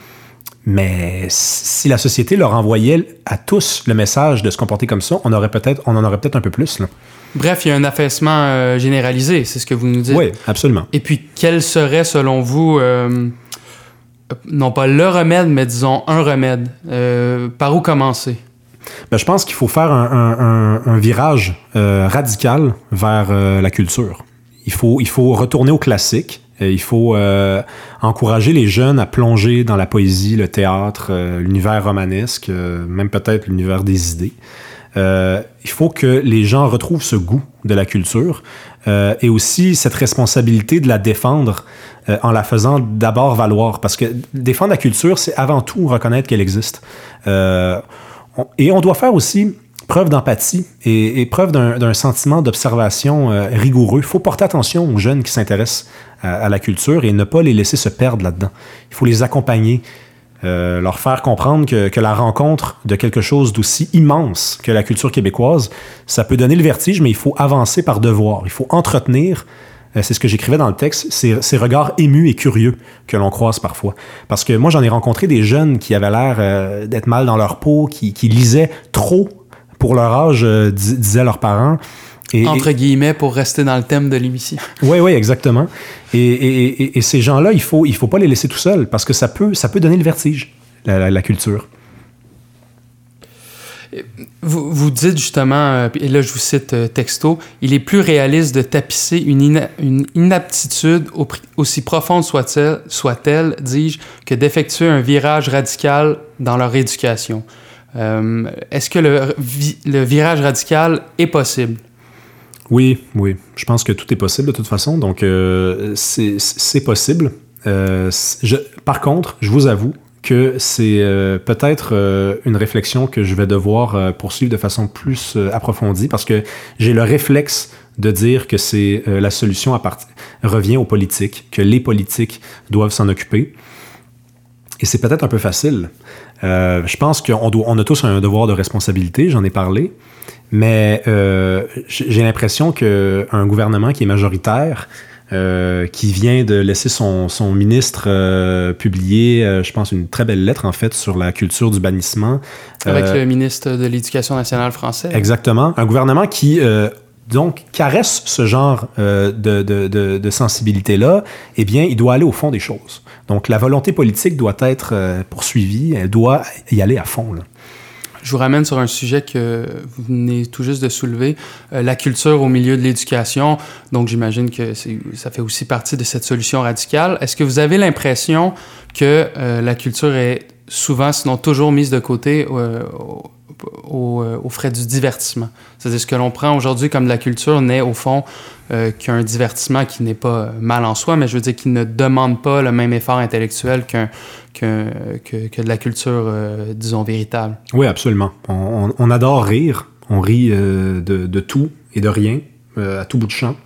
Mais si la société leur envoyait à tous le message de se comporter comme ça, on, aurait peut-être, on en aurait peut-être un peu plus. Là. Bref, il y a un affaissement euh, généralisé, c'est ce que vous nous dites. Oui, absolument. Et puis, quel serait, selon vous, euh, non pas le remède, mais disons un remède? Euh, par où commencer? Ben, je pense qu'il faut faire un, un, un, un virage euh, radical vers euh, la culture. Il faut, il faut retourner au classique. Il faut euh, encourager les jeunes à plonger dans la poésie, le théâtre, euh, l'univers romanesque, euh, même peut-être l'univers des idées. Euh, il faut que les gens retrouvent ce goût de la culture euh, et aussi cette responsabilité de la défendre euh, en la faisant d'abord valoir. Parce que défendre la culture, c'est avant tout reconnaître qu'elle existe. Euh, on, et on doit faire aussi preuve d'empathie et, et preuve d'un, d'un sentiment d'observation euh, rigoureux. Il faut porter attention aux jeunes qui s'intéressent à, à la culture et ne pas les laisser se perdre là-dedans. Il faut les accompagner, euh, leur faire comprendre que, que la rencontre de quelque chose d'aussi immense que la culture québécoise, ça peut donner le vertige, mais il faut avancer par devoir. Il faut entretenir, euh, c'est ce que j'écrivais dans le texte, ces, ces regards émus et curieux que l'on croise parfois. Parce que moi, j'en ai rencontré des jeunes qui avaient l'air euh, d'être mal dans leur peau, qui, qui lisaient trop pour leur âge, euh, dis, disaient leurs parents. Et, Entre guillemets, pour rester dans le thème de l'émission. Oui, oui, exactement. Et, et, et, et ces gens-là, il faut, il faut pas les laisser tout seuls, parce que ça peut, ça peut donner le vertige, la, la, la culture. Vous, vous dites justement, et là je vous cite euh, texto, « Il est plus réaliste de tapisser une, ina- une inaptitude au, aussi profonde soit-elle, soit-elle, dis-je, que d'effectuer un virage radical dans leur éducation. » Euh, est-ce que le, vi- le virage radical est possible? Oui, oui. Je pense que tout est possible de toute façon. Donc, euh, c'est, c'est possible. Euh, je, par contre, je vous avoue que c'est euh, peut-être euh, une réflexion que je vais devoir euh, poursuivre de façon plus euh, approfondie parce que j'ai le réflexe de dire que c'est euh, la solution à part- revient aux politiques, que les politiques doivent s'en occuper. Et c'est peut-être un peu facile. Euh, je pense qu'on doit, on a tous un devoir de responsabilité, j'en ai parlé, mais euh, j'ai l'impression qu'un gouvernement qui est majoritaire euh, qui vient de laisser son, son ministre euh, publier, euh, je pense, une très belle lettre, en fait, sur la culture du bannissement. Avec euh, le ministre de l'Éducation nationale français. Exactement. Un gouvernement qui... Euh, donc, caresse ce genre euh, de, de, de, de sensibilité-là, eh bien, il doit aller au fond des choses. Donc, la volonté politique doit être euh, poursuivie, elle doit y aller à fond, là. Je vous ramène sur un sujet que vous venez tout juste de soulever, euh, la culture au milieu de l'éducation. Donc, j'imagine que c'est, ça fait aussi partie de cette solution radicale. Est-ce que vous avez l'impression que euh, la culture est souvent, sinon toujours mise de côté euh, au, au, au frais du divertissement? C'est-à-dire, ce que l'on prend aujourd'hui comme de la culture n'est au fond euh, qu'un divertissement qui n'est pas mal en soi, mais je veux dire qui ne demande pas le même effort intellectuel qu'un, qu'un, que, que de la culture, euh, disons, véritable. Oui, absolument. On, on, on adore rire. On rit euh, de, de tout et de rien, euh, à tout bout de champ.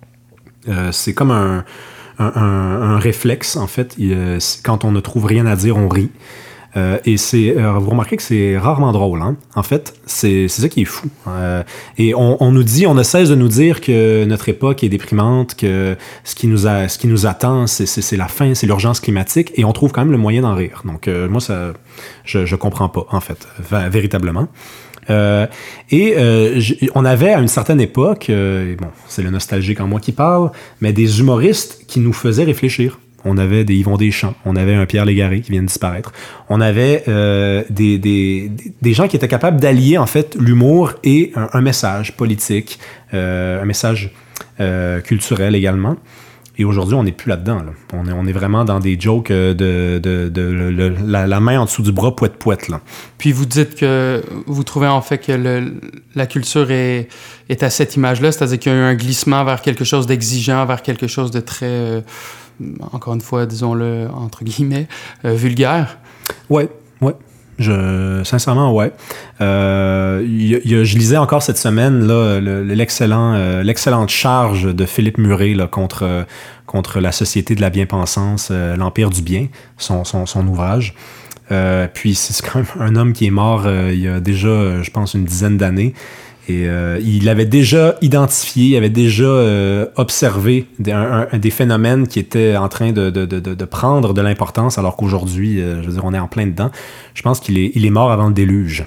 Euh, c'est comme un, un, un, un réflexe, en fait. Il, euh, quand on ne trouve rien à dire, on rit. Euh, et c'est, euh, vous remarquez que c'est rarement drôle, hein? En fait, c'est, c'est ça qui est fou. Euh, et on, on nous dit, on ne cesse de nous dire que notre époque est déprimante, que ce qui nous, a, ce qui nous attend, c'est, c'est, c'est la fin, c'est l'urgence climatique, et on trouve quand même le moyen d'en rire. Donc, euh, moi, ça, je, je comprends pas, en fait, v- véritablement. Euh, et euh, j- on avait à une certaine époque, euh, bon, c'est le nostalgique en moi qui parle, mais des humoristes qui nous faisaient réfléchir. On avait des Yvon Deschamps, on avait un Pierre Légaré qui vient de disparaître. On avait euh, des, des, des gens qui étaient capables d'allier en fait l'humour et un, un message politique, euh, un message euh, culturel également. Et aujourd'hui, on n'est plus là-dedans. Là. On, est, on est vraiment dans des jokes de, de, de, de le, la, la main en dessous du bras, poète-poète. Là. Puis vous dites que vous trouvez en fait que le, la culture est, est à cette image-là, c'est-à-dire qu'il y a eu un glissement vers quelque chose d'exigeant, vers quelque chose de très... Euh, encore une fois, disons-le, entre guillemets, euh, vulgaire. Ouais, ouais. Je, sincèrement, ouais. Euh, y, y a, je lisais encore cette semaine là, le, l'excellent, euh, l'excellente charge de Philippe Murray là, contre, euh, contre la Société de la bien-pensance, euh, l'Empire du bien, son, son, son ouvrage. Euh, puis c'est quand même un homme qui est mort euh, il y a déjà, euh, je pense, une dizaine d'années. Et euh, il avait déjà identifié, il avait déjà euh, observé des, un, un, des phénomènes qui étaient en train de, de, de, de prendre de l'importance, alors qu'aujourd'hui, euh, je veux dire, on est en plein dedans. Je pense qu'il est, il est mort avant le déluge.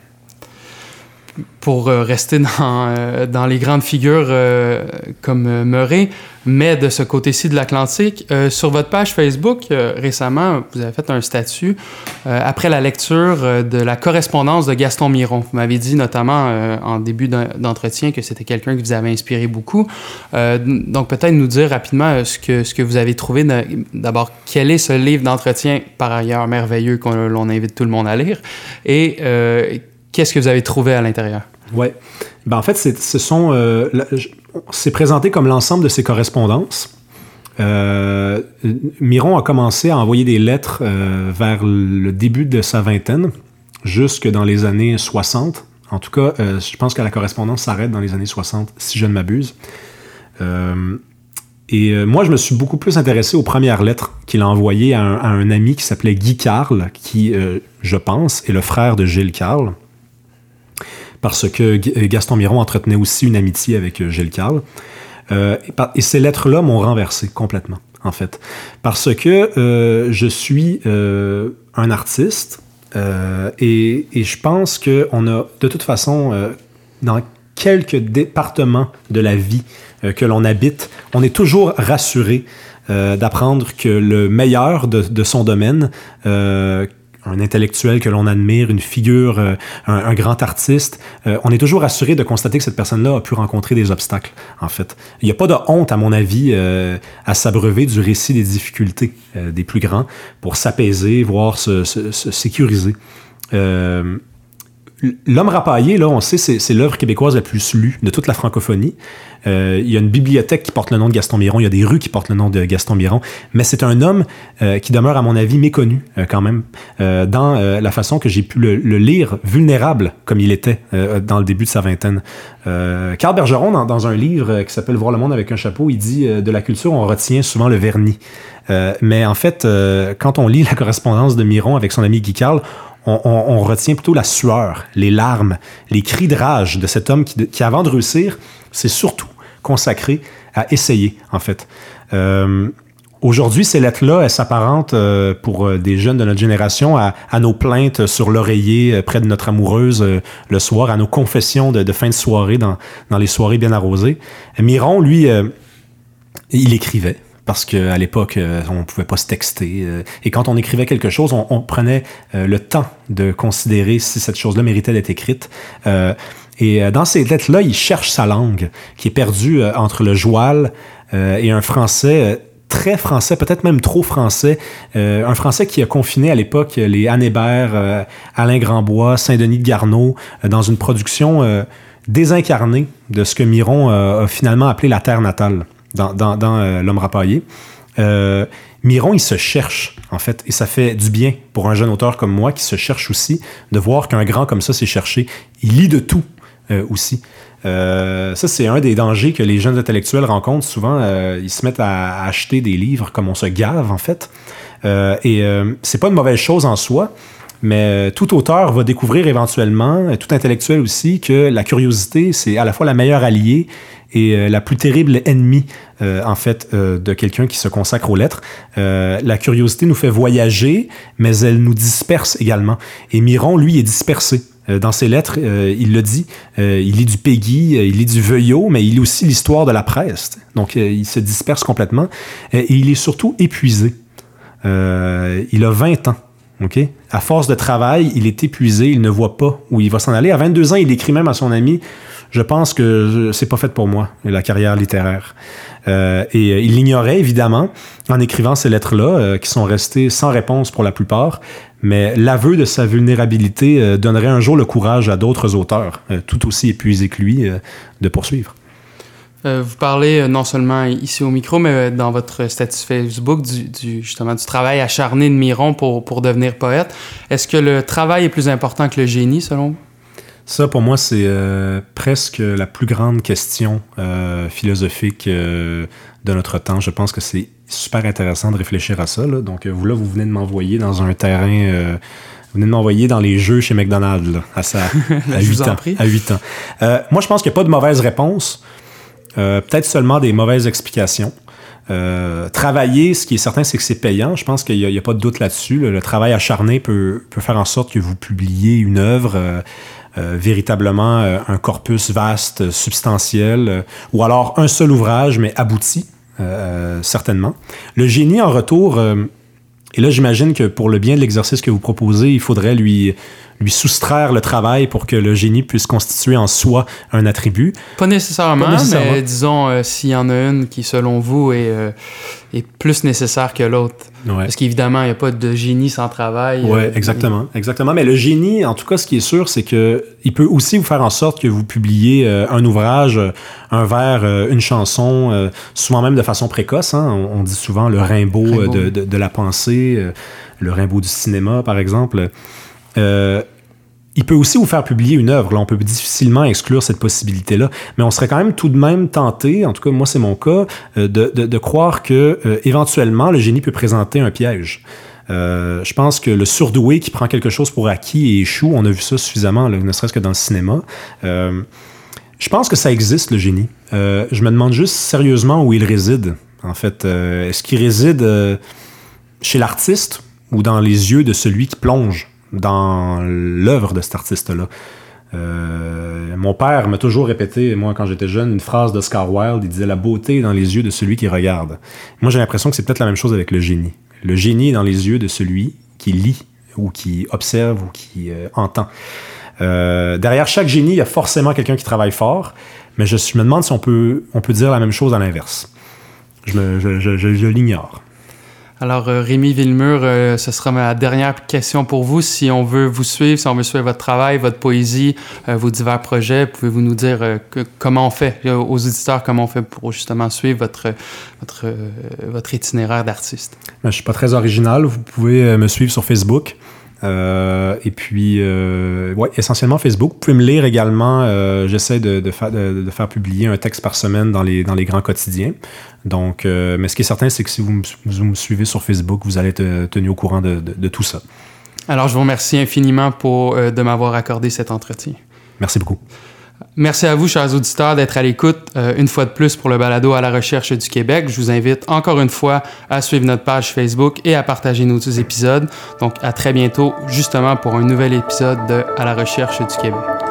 Pour euh, rester dans, euh, dans les grandes figures euh, comme euh, Murray, mais de ce côté-ci de l'Atlantique, euh, sur votre page Facebook, euh, récemment, vous avez fait un statut euh, après la lecture euh, de la correspondance de Gaston Miron. Vous m'avez dit notamment euh, en début d'entretien que c'était quelqu'un qui vous avait inspiré beaucoup. Euh, donc peut-être nous dire rapidement euh, ce, que, ce que vous avez trouvé. De, d'abord, quel est ce livre d'entretien, par ailleurs merveilleux, qu'on l'on invite tout le monde à lire, et euh, qu'est-ce que vous avez trouvé à l'intérieur? Oui. Ben, en fait, c'est, ce sont, euh, la, c'est présenté comme l'ensemble de ses correspondances. Euh, Miron a commencé à envoyer des lettres euh, vers le début de sa vingtaine, jusque dans les années soixante. En tout cas, euh, je pense que la correspondance s'arrête dans les années soixante, si je ne m'abuse. Euh, et euh, moi, je me suis beaucoup plus intéressé aux premières lettres qu'il a envoyées à un, à un ami qui s'appelait Guy Carle, qui, euh, je pense, est le frère de Gilles Carle. Parce que Gaston Miron entretenait aussi une amitié avec Gilles Carle. Euh, et ces lettres-là m'ont renversé complètement, en fait. Parce que euh, je suis euh, un artiste euh, et, et je pense qu'on a, de toute façon, euh, dans quelques départements de la vie euh, que l'on habite, on est toujours rassuré euh, d'apprendre que le meilleur de, de son domaine, euh, un intellectuel que l'on admire, une figure, euh, un, un grand artiste, euh, on est toujours assuré de constater que cette personne-là a pu rencontrer des obstacles, en fait. Il n'y a pas de honte, à mon avis, euh, à s'abreuver du récit des difficultés euh, des plus grands pour s'apaiser, voire se, se, se sécuriser. Euh, L'Homme rapaillé, là, on sait, c'est, c'est l'œuvre québécoise la plus lue de toute la francophonie. Euh, il y a une bibliothèque qui porte le nom de Gaston Miron, il y a des rues qui portent le nom de Gaston Miron, mais c'est un homme euh, qui demeure, à mon avis, méconnu euh, quand même, euh, dans euh, la façon que j'ai pu le, le lire, vulnérable comme il était euh, dans le début de sa vingtaine. Euh, Carl Bergeron, dans, dans un livre qui s'appelle « Voir le monde avec un chapeau », il dit euh, « De la culture, on retient souvent le vernis euh, ». Mais en fait, euh, quand on lit la correspondance de Miron avec son ami Guy Carle, On, on, on retient plutôt la sueur, les larmes, les cris de rage de cet homme qui, qui avant de réussir, s'est surtout consacré à essayer, en fait. Euh, Aujourd'hui, ces lettres-là, elles s'apparentent euh, pour euh, des jeunes de notre génération à, à nos plaintes sur l'oreiller euh, près de notre amoureuse euh, le soir, à nos confessions de, de fin de soirée dans, dans les soirées bien arrosées. Miron, lui, euh, il écrivait. Parce qu'à l'époque, euh, on ne pouvait pas se texter. Euh, et quand on écrivait quelque chose, on, on prenait euh, le temps de considérer si cette chose-là méritait d'être écrite. Euh, et euh, dans ces lettres-là, il cherche sa langue, qui est perdue euh, entre le joual euh, et un français euh, très français, peut-être même trop français. Euh, un français qui a confiné à l'époque les Anne Hébert, euh, Alain Grandbois, Saint-Denis de Garneau, euh, dans une production euh, désincarnée de ce que Miron euh, a finalement appelé la terre natale dans, dans, dans euh, L'Homme rapaillé. Euh, Miron, il se cherche, en fait, et ça fait du bien pour un jeune auteur comme moi qui se cherche aussi, de voir qu'un grand comme ça s'est cherché. Il lit de tout euh, aussi. Euh, ça, c'est un des dangers que les jeunes intellectuels rencontrent. Souvent, euh, ils se mettent à, à acheter des livres comme on se gave, en fait. Euh, et euh, c'est pas une mauvaise chose en soi, mais tout auteur va découvrir éventuellement, tout intellectuel aussi, que la curiosité, c'est à la fois la meilleure alliée et euh, la plus terrible ennemie, euh, en fait, euh, de quelqu'un qui se consacre aux lettres. Euh, la curiosité nous fait voyager, mais elle nous disperse également. Et Miron, lui, est dispersé. Dans ses lettres, euh, il le dit, euh, il lit du Péguy, euh, il lit du Veuillot, mais il lit aussi l'histoire de la presse. Donc, euh, il se disperse complètement. Euh, et il est surtout épuisé. Euh, il a vingt ans. Okay? À force de travail, il est épuisé, il ne voit pas où il va s'en aller. À vingt-deux ans, il écrit même à son ami « Je pense que c'est pas fait pour moi, la carrière littéraire. Euh, » Et euh, il l'ignorait, évidemment, en écrivant ces lettres-là, euh, qui sont restées sans réponse pour la plupart. Mais l'aveu de sa vulnérabilité euh, donnerait un jour le courage à d'autres auteurs, euh, tout aussi épuisés que lui, euh, de poursuivre. Euh, vous parlez euh, non seulement ici au micro, mais euh, dans votre statut Facebook du, du, justement, du travail acharné de Miron pour, pour devenir poète. Est-ce que le travail est plus important que le génie, selon vous? Ça, pour moi, c'est euh, presque la plus grande question euh, philosophique euh, de notre temps. Je pense que c'est super intéressant de réfléchir à ça. Là. Donc, vous, là, vous venez de m'envoyer dans un terrain... Euh, vous venez de m'envoyer dans les jeux chez McDonald's, là, à, sa, à, huit ans, à huit ans. Euh, moi, je pense qu'il n'y a pas de mauvaise réponse. Euh, peut-être seulement des mauvaises explications. Euh, travailler, ce qui est certain, c'est que c'est payant. Je pense qu'il n'y a, a pas de doute là-dessus. Le, le travail acharné peut, peut faire en sorte que vous publiez une œuvre... Euh, Euh, véritablement euh, un corpus vaste, substantiel, euh, ou alors un seul ouvrage, mais abouti, euh, certainement. Le génie, en retour, euh, et là, j'imagine que pour le bien de l'exercice que vous proposez, il faudrait lui, lui soustraire le travail pour que le génie puisse constituer en soi un attribut. Pas nécessairement, Pas nécessairement. mais disons, euh, s'il y en a une qui, selon vous, est, euh, est plus nécessaire que l'autre. Ouais. Parce qu'évidemment, il n'y a pas de génie sans travail. Oui, euh, exactement, et... exactement. Mais le génie, en tout cas, ce qui est sûr, c'est qu'il peut aussi vous faire en sorte que vous publiez euh, un ouvrage, un vers, euh, une chanson, euh, souvent même de façon précoce. Hein. On, on dit souvent le Rimbaud, Rimbaud. De, de, de la pensée, euh, le Rimbaud du cinéma, par exemple. Euh, il peut aussi vous faire publier une œuvre. Là, on peut difficilement exclure cette possibilité-là. Mais on serait quand même tout de même tenté, en tout cas, moi, c'est mon cas, de, de, de croire que, euh, éventuellement, le génie peut présenter un piège. Euh, je pense que le surdoué qui prend quelque chose pour acquis et échoue, on a vu ça suffisamment, là, ne serait-ce que dans le cinéma. Euh, je pense que ça existe, le génie. Euh, je me demande juste sérieusement où il réside, en fait. Euh, est-ce qu'il réside euh, chez l'artiste ou dans les yeux de celui qui plonge dans l'œuvre de cet artiste-là? Euh, mon père m'a toujours répété, moi, quand j'étais jeune, une phrase d'Oscar Wilde. Il disait « La beauté est dans les yeux de celui qui regarde ». Moi, j'ai l'impression que c'est peut-être la même chose avec le génie. Le génie est dans les yeux de celui qui lit ou qui observe ou qui euh, entend. Euh, derrière chaque génie, il y a forcément quelqu'un qui travaille fort, mais je, je me demande si on peut, on peut dire la même chose à l'inverse. Je, me, je, je, je, je l'ignore. Alors, euh, Rémi Villemure, euh, ce sera ma dernière question pour vous. Si on veut vous suivre, si on veut suivre votre travail, votre poésie, euh, vos divers projets, pouvez-vous nous dire euh, que, comment on fait, euh, aux auditeurs, comment on fait pour justement suivre votre, votre, euh, votre itinéraire d'artiste? Ben, je ne suis pas très original. Vous pouvez me suivre sur Facebook. Euh, et puis, euh, ouais, essentiellement Facebook. Vous pouvez me lire également. Euh, j'essaie de, de, fa- de, de faire publier un texte par semaine dans les, dans les grands quotidiens. Donc, euh, mais ce qui est certain, c'est que si vous me, vous me suivez sur Facebook, vous allez être tenu au courant de, de, de tout ça. Alors, je vous remercie infiniment pour, euh, de m'avoir accordé cet entretien. Merci beaucoup. Merci à vous, chers auditeurs, d'être à l'écoute euh, une fois de plus pour le balado À la recherche du Québec. Je vous invite encore une fois à suivre notre page Facebook et à partager nos épisodes. Donc, à très bientôt, justement, pour un nouvel épisode de À la recherche du Québec.